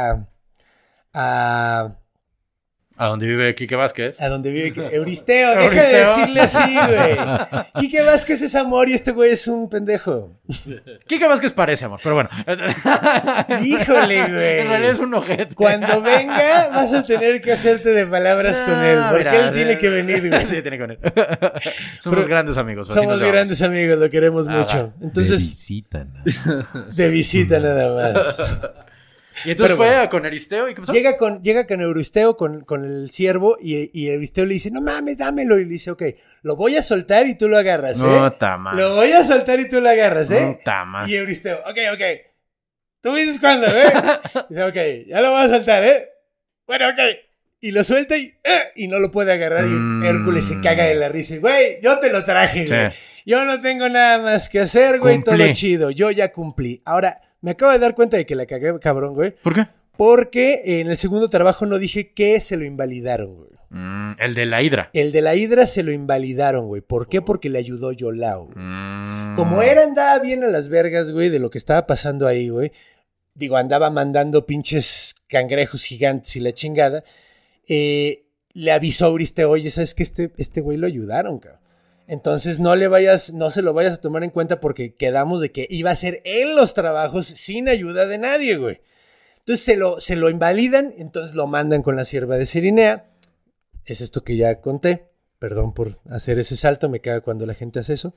a donde vive Quique Vázquez. A donde vive Euristeo, deja de decirle así, güey. Quique Vázquez es amor y este güey es un pendejo. Quique Vázquez parece amor, pero bueno. Híjole, güey. En realidad es un ojete. Cuando venga, vas a tener que hacerte de palabras con él, porque él tiene que venir, güey. Sí, tiene que venir. Somos grandes amigos. Somos grandes amigos, lo queremos mucho. Entonces, de visita nada más. Y entonces fue con Euristeo, ¿y qué pasó? Llega con Euristeo, con el ciervo, y Euristeo le dice, no mames, dámelo. Y le dice, ok, lo voy a soltar y tú lo agarras, ¿eh? No, tama. Lo voy a soltar y tú lo agarras, ¿eh? No, tama. Y Euristeo, ok. Tú me dices cuándo, ¿eh? Dice, ok, ya lo voy a soltar, ¿eh? Bueno, ok. Y lo suelta y no lo puede agarrar. Y Hércules se caga de la risa. Güey, yo te lo traje, güey. Sí. Yo no tengo nada más que hacer, güey. Todo chido. Yo ya cumplí. Ahora, me acabo de dar cuenta de que la cagué, cabrón, güey. ¿Por qué? Porque en el segundo trabajo no dije que se lo invalidaron, güey. El de la Hidra. El de la Hidra se lo invalidaron, güey. ¿Por qué? Porque le ayudó Iolao, güey. Como andaba bien a las vergas, güey, de lo que estaba pasando ahí, güey. Digo, andaba mandando pinches cangrejos gigantes y la chingada. Le avisó a Euristeo, oye, ¿sabes qué? Este güey lo ayudaron, cabrón. Entonces no se lo vayas a tomar en cuenta porque quedamos de que iba a hacer él los trabajos sin ayuda de nadie, güey. Entonces se lo invalidan, entonces lo mandan con la sierva de Cirinea. Es esto que ya conté. Perdón por hacer ese salto, me caga cuando la gente hace eso.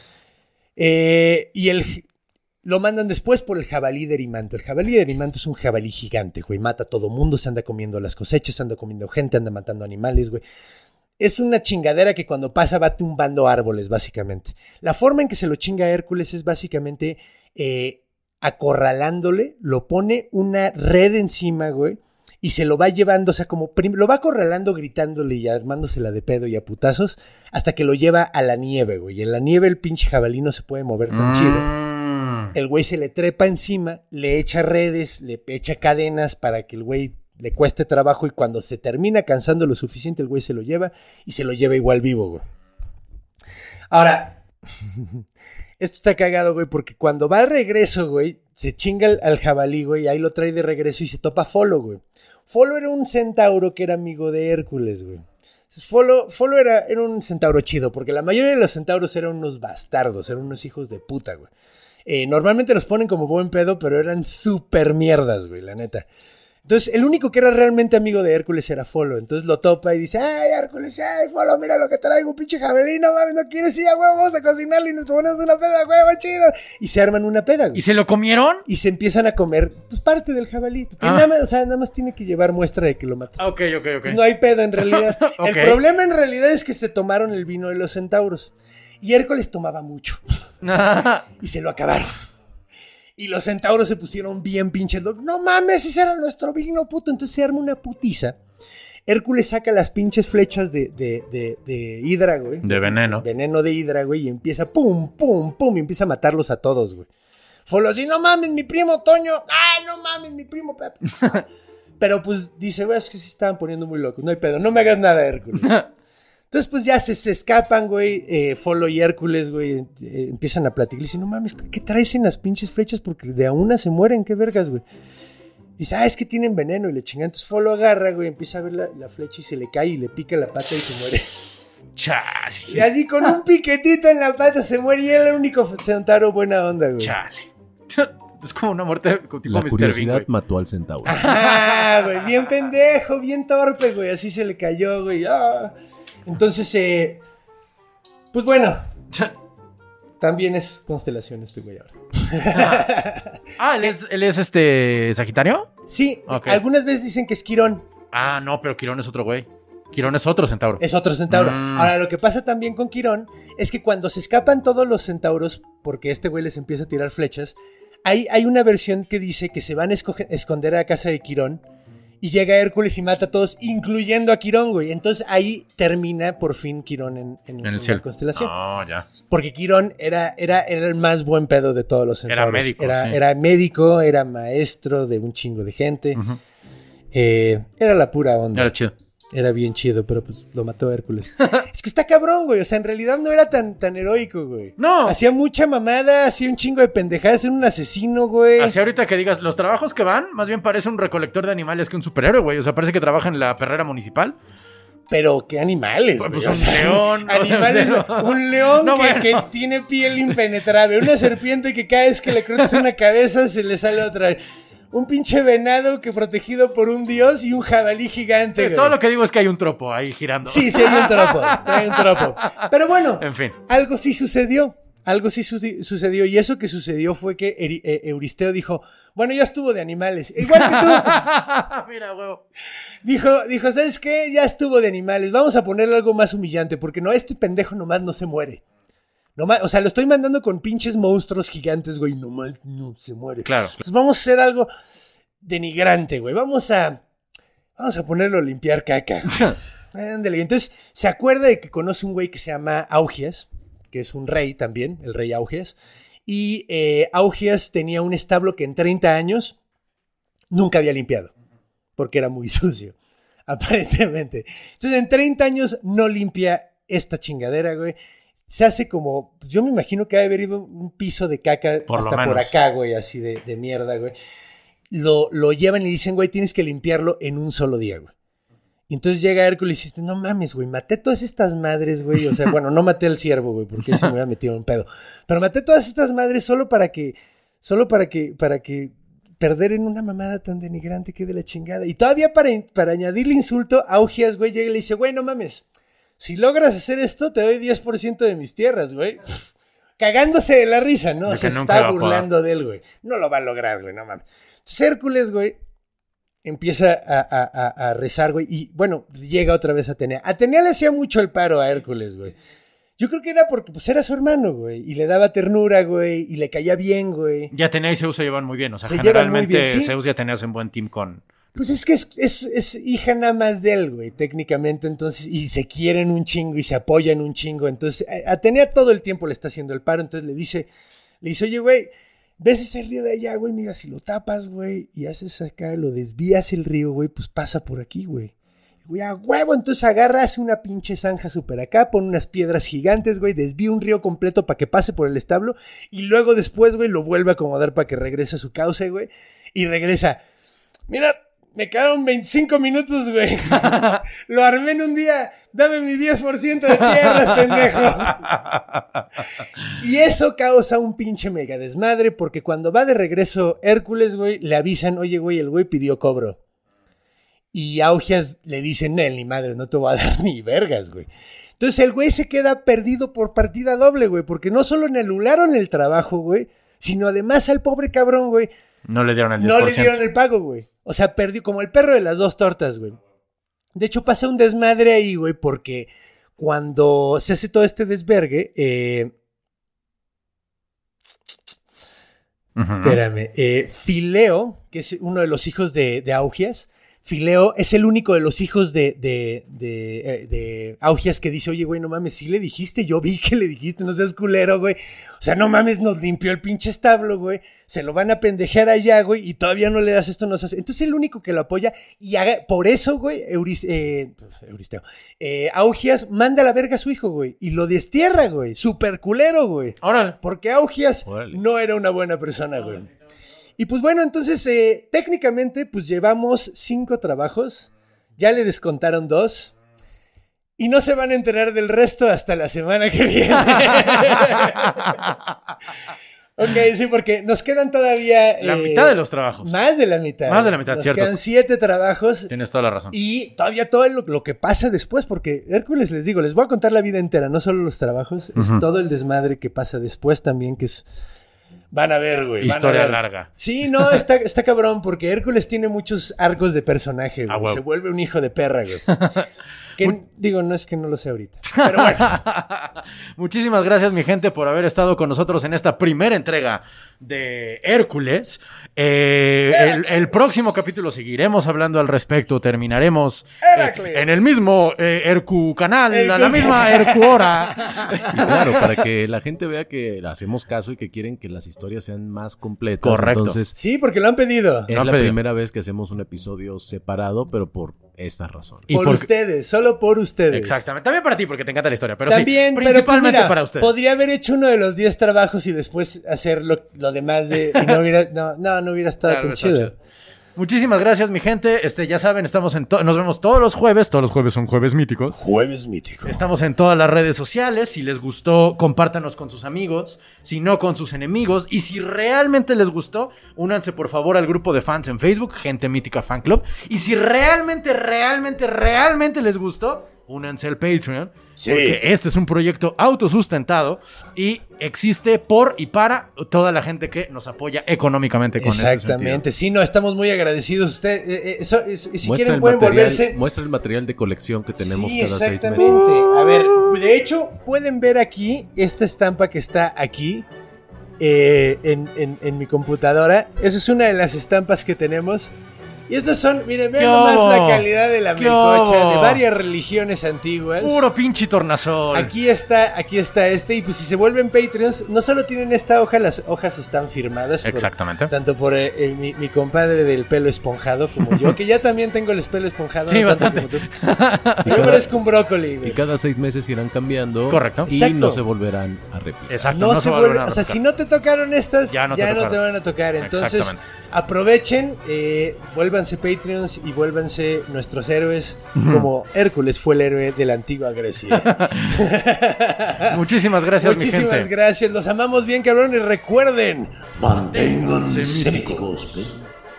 Lo mandan después por el jabalí de Erimanto. El jabalí de Erimanto es un jabalí gigante, güey. Mata a todo mundo, se anda comiendo las cosechas, anda comiendo gente, anda matando animales, güey. Es una chingadera que cuando pasa va tumbando árboles, básicamente. La forma en que se lo chinga a Hércules es básicamente acorralándole, lo pone una red encima, güey, y se lo va llevando, o sea, como lo va acorralando, gritándole y armándosela de pedo y a putazos, hasta que lo lleva a la nieve, güey. Y en la nieve el pinche jabalí no se puede mover tan chido. El güey se le trepa encima, le echa redes, le echa cadenas para que el güey le cueste trabajo y cuando se termina cansando lo suficiente, el güey se lo lleva y se lo lleva igual vivo, güey. Ahora, esto está cagado, güey, porque cuando va al regreso, güey, se chinga al jabalí, güey, y ahí lo trae de regreso y se topa Folo, güey. Folo era un centauro que era amigo de Hércules, güey. Entonces, Folo era un centauro chido, porque la mayoría de los centauros eran unos bastardos, eran unos hijos de puta, güey. Normalmente los ponen como buen pedo, pero eran súper mierdas, güey, la neta. Entonces, el único que era realmente amigo de Hércules era Folo. Entonces lo topa y dice, ay, Hércules, ay, Folo, mira lo que traigo, un pinche jabalí, no mames, no quieres ir a huevo, vamos a cocinarle y nos ponemos una peda, huevo, chido. Y se arman una peda, güey. ¿Y se lo comieron? Y se empiezan a comer, pues, parte del jabalí. Nada más tiene que llevar muestra de que lo mató. Ok. Pues no hay pedo en realidad. Ok. El problema en realidad es que se tomaron el vino de los centauros. Y Hércules tomaba mucho. Y se lo acabaron. Y los centauros se pusieron bien pinches locos. No mames, ese era nuestro vino, puto. Entonces se arma una putiza. Hércules saca las pinches flechas de hidra, güey. De veneno. Veneno de hidra, güey. Y empieza pum, pum, pum. Y empieza a matarlos a todos, güey. Folo así, no mames, mi primo Toño. Ay, no mames, mi primo Pepe. Pero pues dice, güey, es que se estaban poniendo muy locos. No hay pedo, no me hagas nada, Hércules. Entonces, pues ya se escapan, güey. Folo y Hércules, güey, empiezan a platicar. Le dicen, no mames, ¿qué traes en las pinches flechas? Porque de a una se mueren, qué vergas, güey. Dice, es que tienen veneno y le chingan. Entonces Folo agarra, güey, empieza a ver la flecha y se le cae y le pica la pata y se muere. Chale. Y así con un piquetito en la pata se muere y él era el único centauro buena onda, güey. Chale. Es como una muerte tipo La Mr. curiosidad Bean, güey. mató al centauro. Ah, güey, bien pendejo, bien torpe, güey. Así se le cayó, güey. Entonces, pues bueno. También es constelación este güey ahora. ¿Él es Sagitario? Sí, Ok. algunas veces dicen que es Quirón. Ah, no, pero Quirón es otro güey. Quirón es otro centauro. Es otro centauro. Ahora, lo que pasa también con Quirón es que cuando se escapan todos los centauros, porque este güey les empieza a tirar flechas, hay una versión que dice que se van a esconder a la casa de Quirón y llega Hércules y mata a todos, incluyendo a Quirón, güey. Entonces ahí termina por fin Quirón en el la cielo. constelación. Ya. Porque Quirón era el más buen pedo de todos los centauros. Era médico, sí. Era médico, era maestro de un chingo de gente. Era la pura onda. Era chido. Era bien chido, pero pues lo mató Hércules. Es que está cabrón, güey. O sea, en realidad no era tan heroico, güey. No. Hacía mucha mamada, hacía un chingo de pendejadas, era un asesino, güey. Así ahorita que digas, los trabajos que van, más bien parece un recolector de animales que un superhéroe, güey. O sea, parece que trabaja en la perrera municipal. Pero qué animales, güey. Pues O un sea, león. Animales, o sea, un león no, que, bueno. que tiene piel impenetrable. Una serpiente que cada vez que le cortas una cabeza se le sale otra. Un pinche venado que protegido por un dios y un jabalí gigante, güey. Todo lo que digo es que hay un tropo ahí girando. Sí, hay un tropo. Pero bueno, En fin. algo sí sucedió. Algo sí sucedió. Y eso que sucedió fue que Euristeo dijo, bueno, ya estuvo de animales. Igual que tú. Mira, huevo. Dijo, ¿sabes qué? Ya estuvo de animales. Vamos a ponerle algo más humillante. Porque no, este pendejo nomás no se muere. O sea, lo estoy mandando con pinches monstruos gigantes, güey. Nomás no se muere. Claro. Entonces vamos a hacer algo denigrante, güey. Vamos a ponerlo a limpiar caca. Ándale. Entonces se acuerda de que conoce un güey que se llama Augias, que es un rey también, el rey Augias. Y Augias tenía un establo que en 30 años nunca había limpiado, porque era muy sucio, aparentemente. Entonces en 30 años no limpia esta chingadera, güey. Se hace como, yo me imagino que ha de haber ido un piso de caca hasta por acá, güey, así de mierda, güey. Lo llevan y dicen, güey, tienes que limpiarlo en un solo día, güey. Y entonces llega Hércules y dice, no mames, güey, maté todas estas madres, güey. O sea, bueno, no maté al ciervo, güey, porque ese me hubiera metido en un pedo. Pero maté todas estas madres solo para que perder en una mamada tan denigrante que de la chingada. Y todavía para añadirle insulto, Augias, güey, llega y le dice, güey, no mames. Si logras hacer esto, te doy 10% de mis tierras, güey. Cagándose de la risa, ¿no? Se está burlando de él, güey. No lo va a lograr, güey, no mames. Entonces Hércules, güey, empieza a rezar, güey. Y, bueno, llega otra vez Atenea. Atenea le hacía mucho el paro a Hércules, güey. Yo creo que era porque, pues, era su hermano, güey. Y le daba ternura, güey. Y le caía bien, güey. Y Atenea y Zeus se llevan muy bien. O sea, Se llevan muy generalmente bien, ¿sí? Zeus y Atenea hacen buen team con... Pues es que es hija nada más de él, güey, técnicamente, entonces, y se quieren un chingo y se apoyan un chingo, entonces, Atenea todo el tiempo le está haciendo el paro, entonces le dice, oye, güey, ¿ves ese río de allá, güey? Mira, si lo tapas, güey, y haces acá, lo desvías el río, güey, pues pasa por aquí, güey. Güey, a huevo, entonces agarra, hace una pinche zanja súper acá, pone unas piedras gigantes, güey, desvía un río completo para que pase por el establo, y luego después, güey, lo vuelve a acomodar para que regrese a su cauce, güey, y regresa, mira, me quedaron 25 minutos, güey. Lo armé en un día. Dame mi 10% de tierras, pendejo. Y eso causa un pinche mega desmadre porque cuando va de regreso Hércules, güey, le avisan, oye, güey, el güey pidió cobro. Y Augias le dice, ni madre, no te voy a dar ni vergas, güey. Entonces el güey se queda perdido por partida doble, güey, porque no solo le anularon el trabajo, güey, sino además al pobre cabrón, güey, no le dieron el 10%. No le dieron el pago, güey. O sea, perdió como el perro de las dos tortas, güey. De hecho, pasa un desmadre ahí, güey, porque cuando se hace todo este desvergue, espérame, Fileo, que es uno de los hijos de Augias, Fileo es el único de los hijos de Augias que dice, oye, güey, no mames, sí le dijiste, yo vi que le dijiste, no seas culero, güey. O sea, no mames, nos limpió el pinche establo, güey. Se lo van a pendejear allá, güey, y todavía no le das esto, no se hace. Entonces el único que lo apoya, y por eso, güey, Augias manda a la verga a su hijo, güey, y lo destierra, güey. Súper culero, güey. Órale. Porque Augias no era una buena persona, güey. Y pues bueno, entonces técnicamente pues llevamos 5 trabajos, ya le descontaron 2 y no se van a enterar del resto hasta la semana que viene. Ok, sí, porque nos quedan todavía... la mitad de los trabajos. Más de la mitad. Más de la mitad, nos cierto. Nos quedan 7 trabajos. Tienes toda la razón. Y todavía todo lo que pasa después, porque Hércules, les digo, les voy a contar la vida entera, no solo los trabajos, es todo el desmadre que pasa después también, que es... Van a ver, güey. Historia larga. Sí, no, está cabrón, porque Hércules tiene muchos arcos de personaje, güey. Wow. Se vuelve un hijo de perra, güey. Que, digo, no es que no lo sé ahorita, pero bueno. Muchísimas gracias, mi gente, por haber estado con nosotros en esta primera entrega de Hércules. El próximo capítulo seguiremos hablando al respecto. Terminaremos en el mismo Hercu canal, a la misma Hercu hora. Y claro, para que la gente vea que hacemos caso y que quieren que las historias sean más completas. Correcto. Entonces, sí, porque lo han pedido. Es la primera vez que hacemos un episodio separado, pero por esta razón. Por ustedes, solo por ustedes. Exactamente. También para ti, porque te encanta la historia. Pero también, sí, principalmente pero mira, para ustedes. Podría haber hecho uno de los 10 trabajos y después hacer lo demás de... Y no hubiera estado Claro, tan chido. Muchísimas gracias, mi gente. Ya saben, estamos nos vemos todos los jueves. Todos los jueves son jueves míticos. Jueves míticos. Estamos en todas las redes sociales. Si les gustó, compártanos con sus amigos. Si no, con sus enemigos. Y si realmente les gustó, únanse por favor al grupo de fans en Facebook, Gente Mítica Fan Club. Y si realmente les gustó, únanse al Patreon. Sí. Porque este es un proyecto autosustentado y existe por y para toda la gente que nos apoya económicamente con este Exactamente. Sí, no, estamos muy agradecidos. Si muestra quieren pueden volverse... Muestra el material de colección que tenemos sí, cada 6 exactamente. meses. A ver, de hecho, pueden ver aquí esta estampa que está aquí en mi computadora. Esa es una de las estampas que tenemos. Y estas son, miren, vean nomás la calidad de la melcocha de varias religiones antiguas. Puro pinche tornasol. Aquí está y pues si se vuelven Patreons, no solo tienen esta hoja, las hojas están firmadas. Exactamente. Tanto por mi compadre del pelo esponjado como yo, que ya también tengo el pelo esponjado. Sí, no bastante. Como tú. Yo parezco un brócoli, güey. Y cada 6 meses irán cambiando. Correcto. Y Exacto. no se volverán a replicar. Exacto. No se vuelven, a o sea, retocar. si no te tocaron estas, ya no te van a tocar. Entonces, aprovechen, vuélvanse Patreons y vuélvanse nuestros héroes, como Hércules fue el héroe de la antigua Grecia. Muchísimas gracias, mi gente. Muchísimas gracias, los amamos bien, cabrón, y recuerden, manténganse míticos.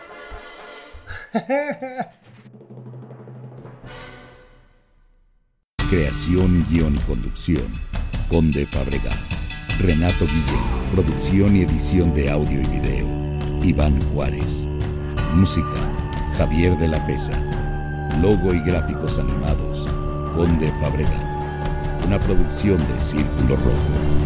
Creación, guión y conducción, Conde Fabregat. Renato Guillén, producción y edición de audio y video, Iván Juárez. Música, Javier de la Pesa. Logo y gráficos animados, Conde Fabregat. Una producción de Círculo Rojo.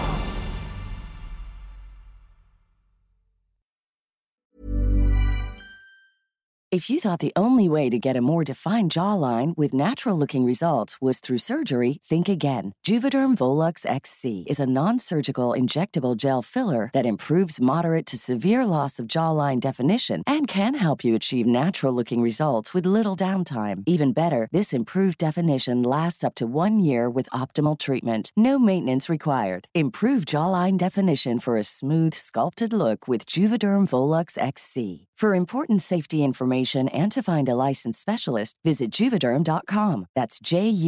If you thought the only way to get a more defined jawline with natural-looking results was through surgery, think again. Juvederm Volux XC is a non-surgical injectable gel filler that improves moderate to severe loss of jawline definition and can help you achieve natural-looking results with little downtime. Even better, this improved definition lasts up to 1 year with optimal treatment. No maintenance required. Improve jawline definition for a smooth, sculpted look with Juvederm Volux XC. For important safety information and to find a licensed specialist, visit Juvederm.com. That's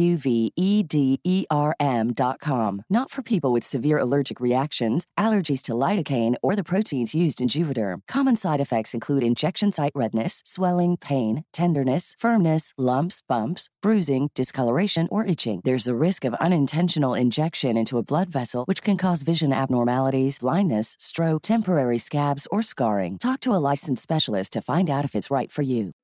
JUVEDERM.com. Not for people with severe allergic reactions, allergies to lidocaine, or the proteins used in Juvederm. Common side effects include injection site redness, swelling, pain, tenderness, firmness, lumps, bumps, bruising, discoloration, or itching. There's a risk of unintentional injection into a blood vessel, which can cause vision abnormalities, blindness, stroke, temporary scabs, or scarring. Talk to a licensed specialist to find out if it's right for you.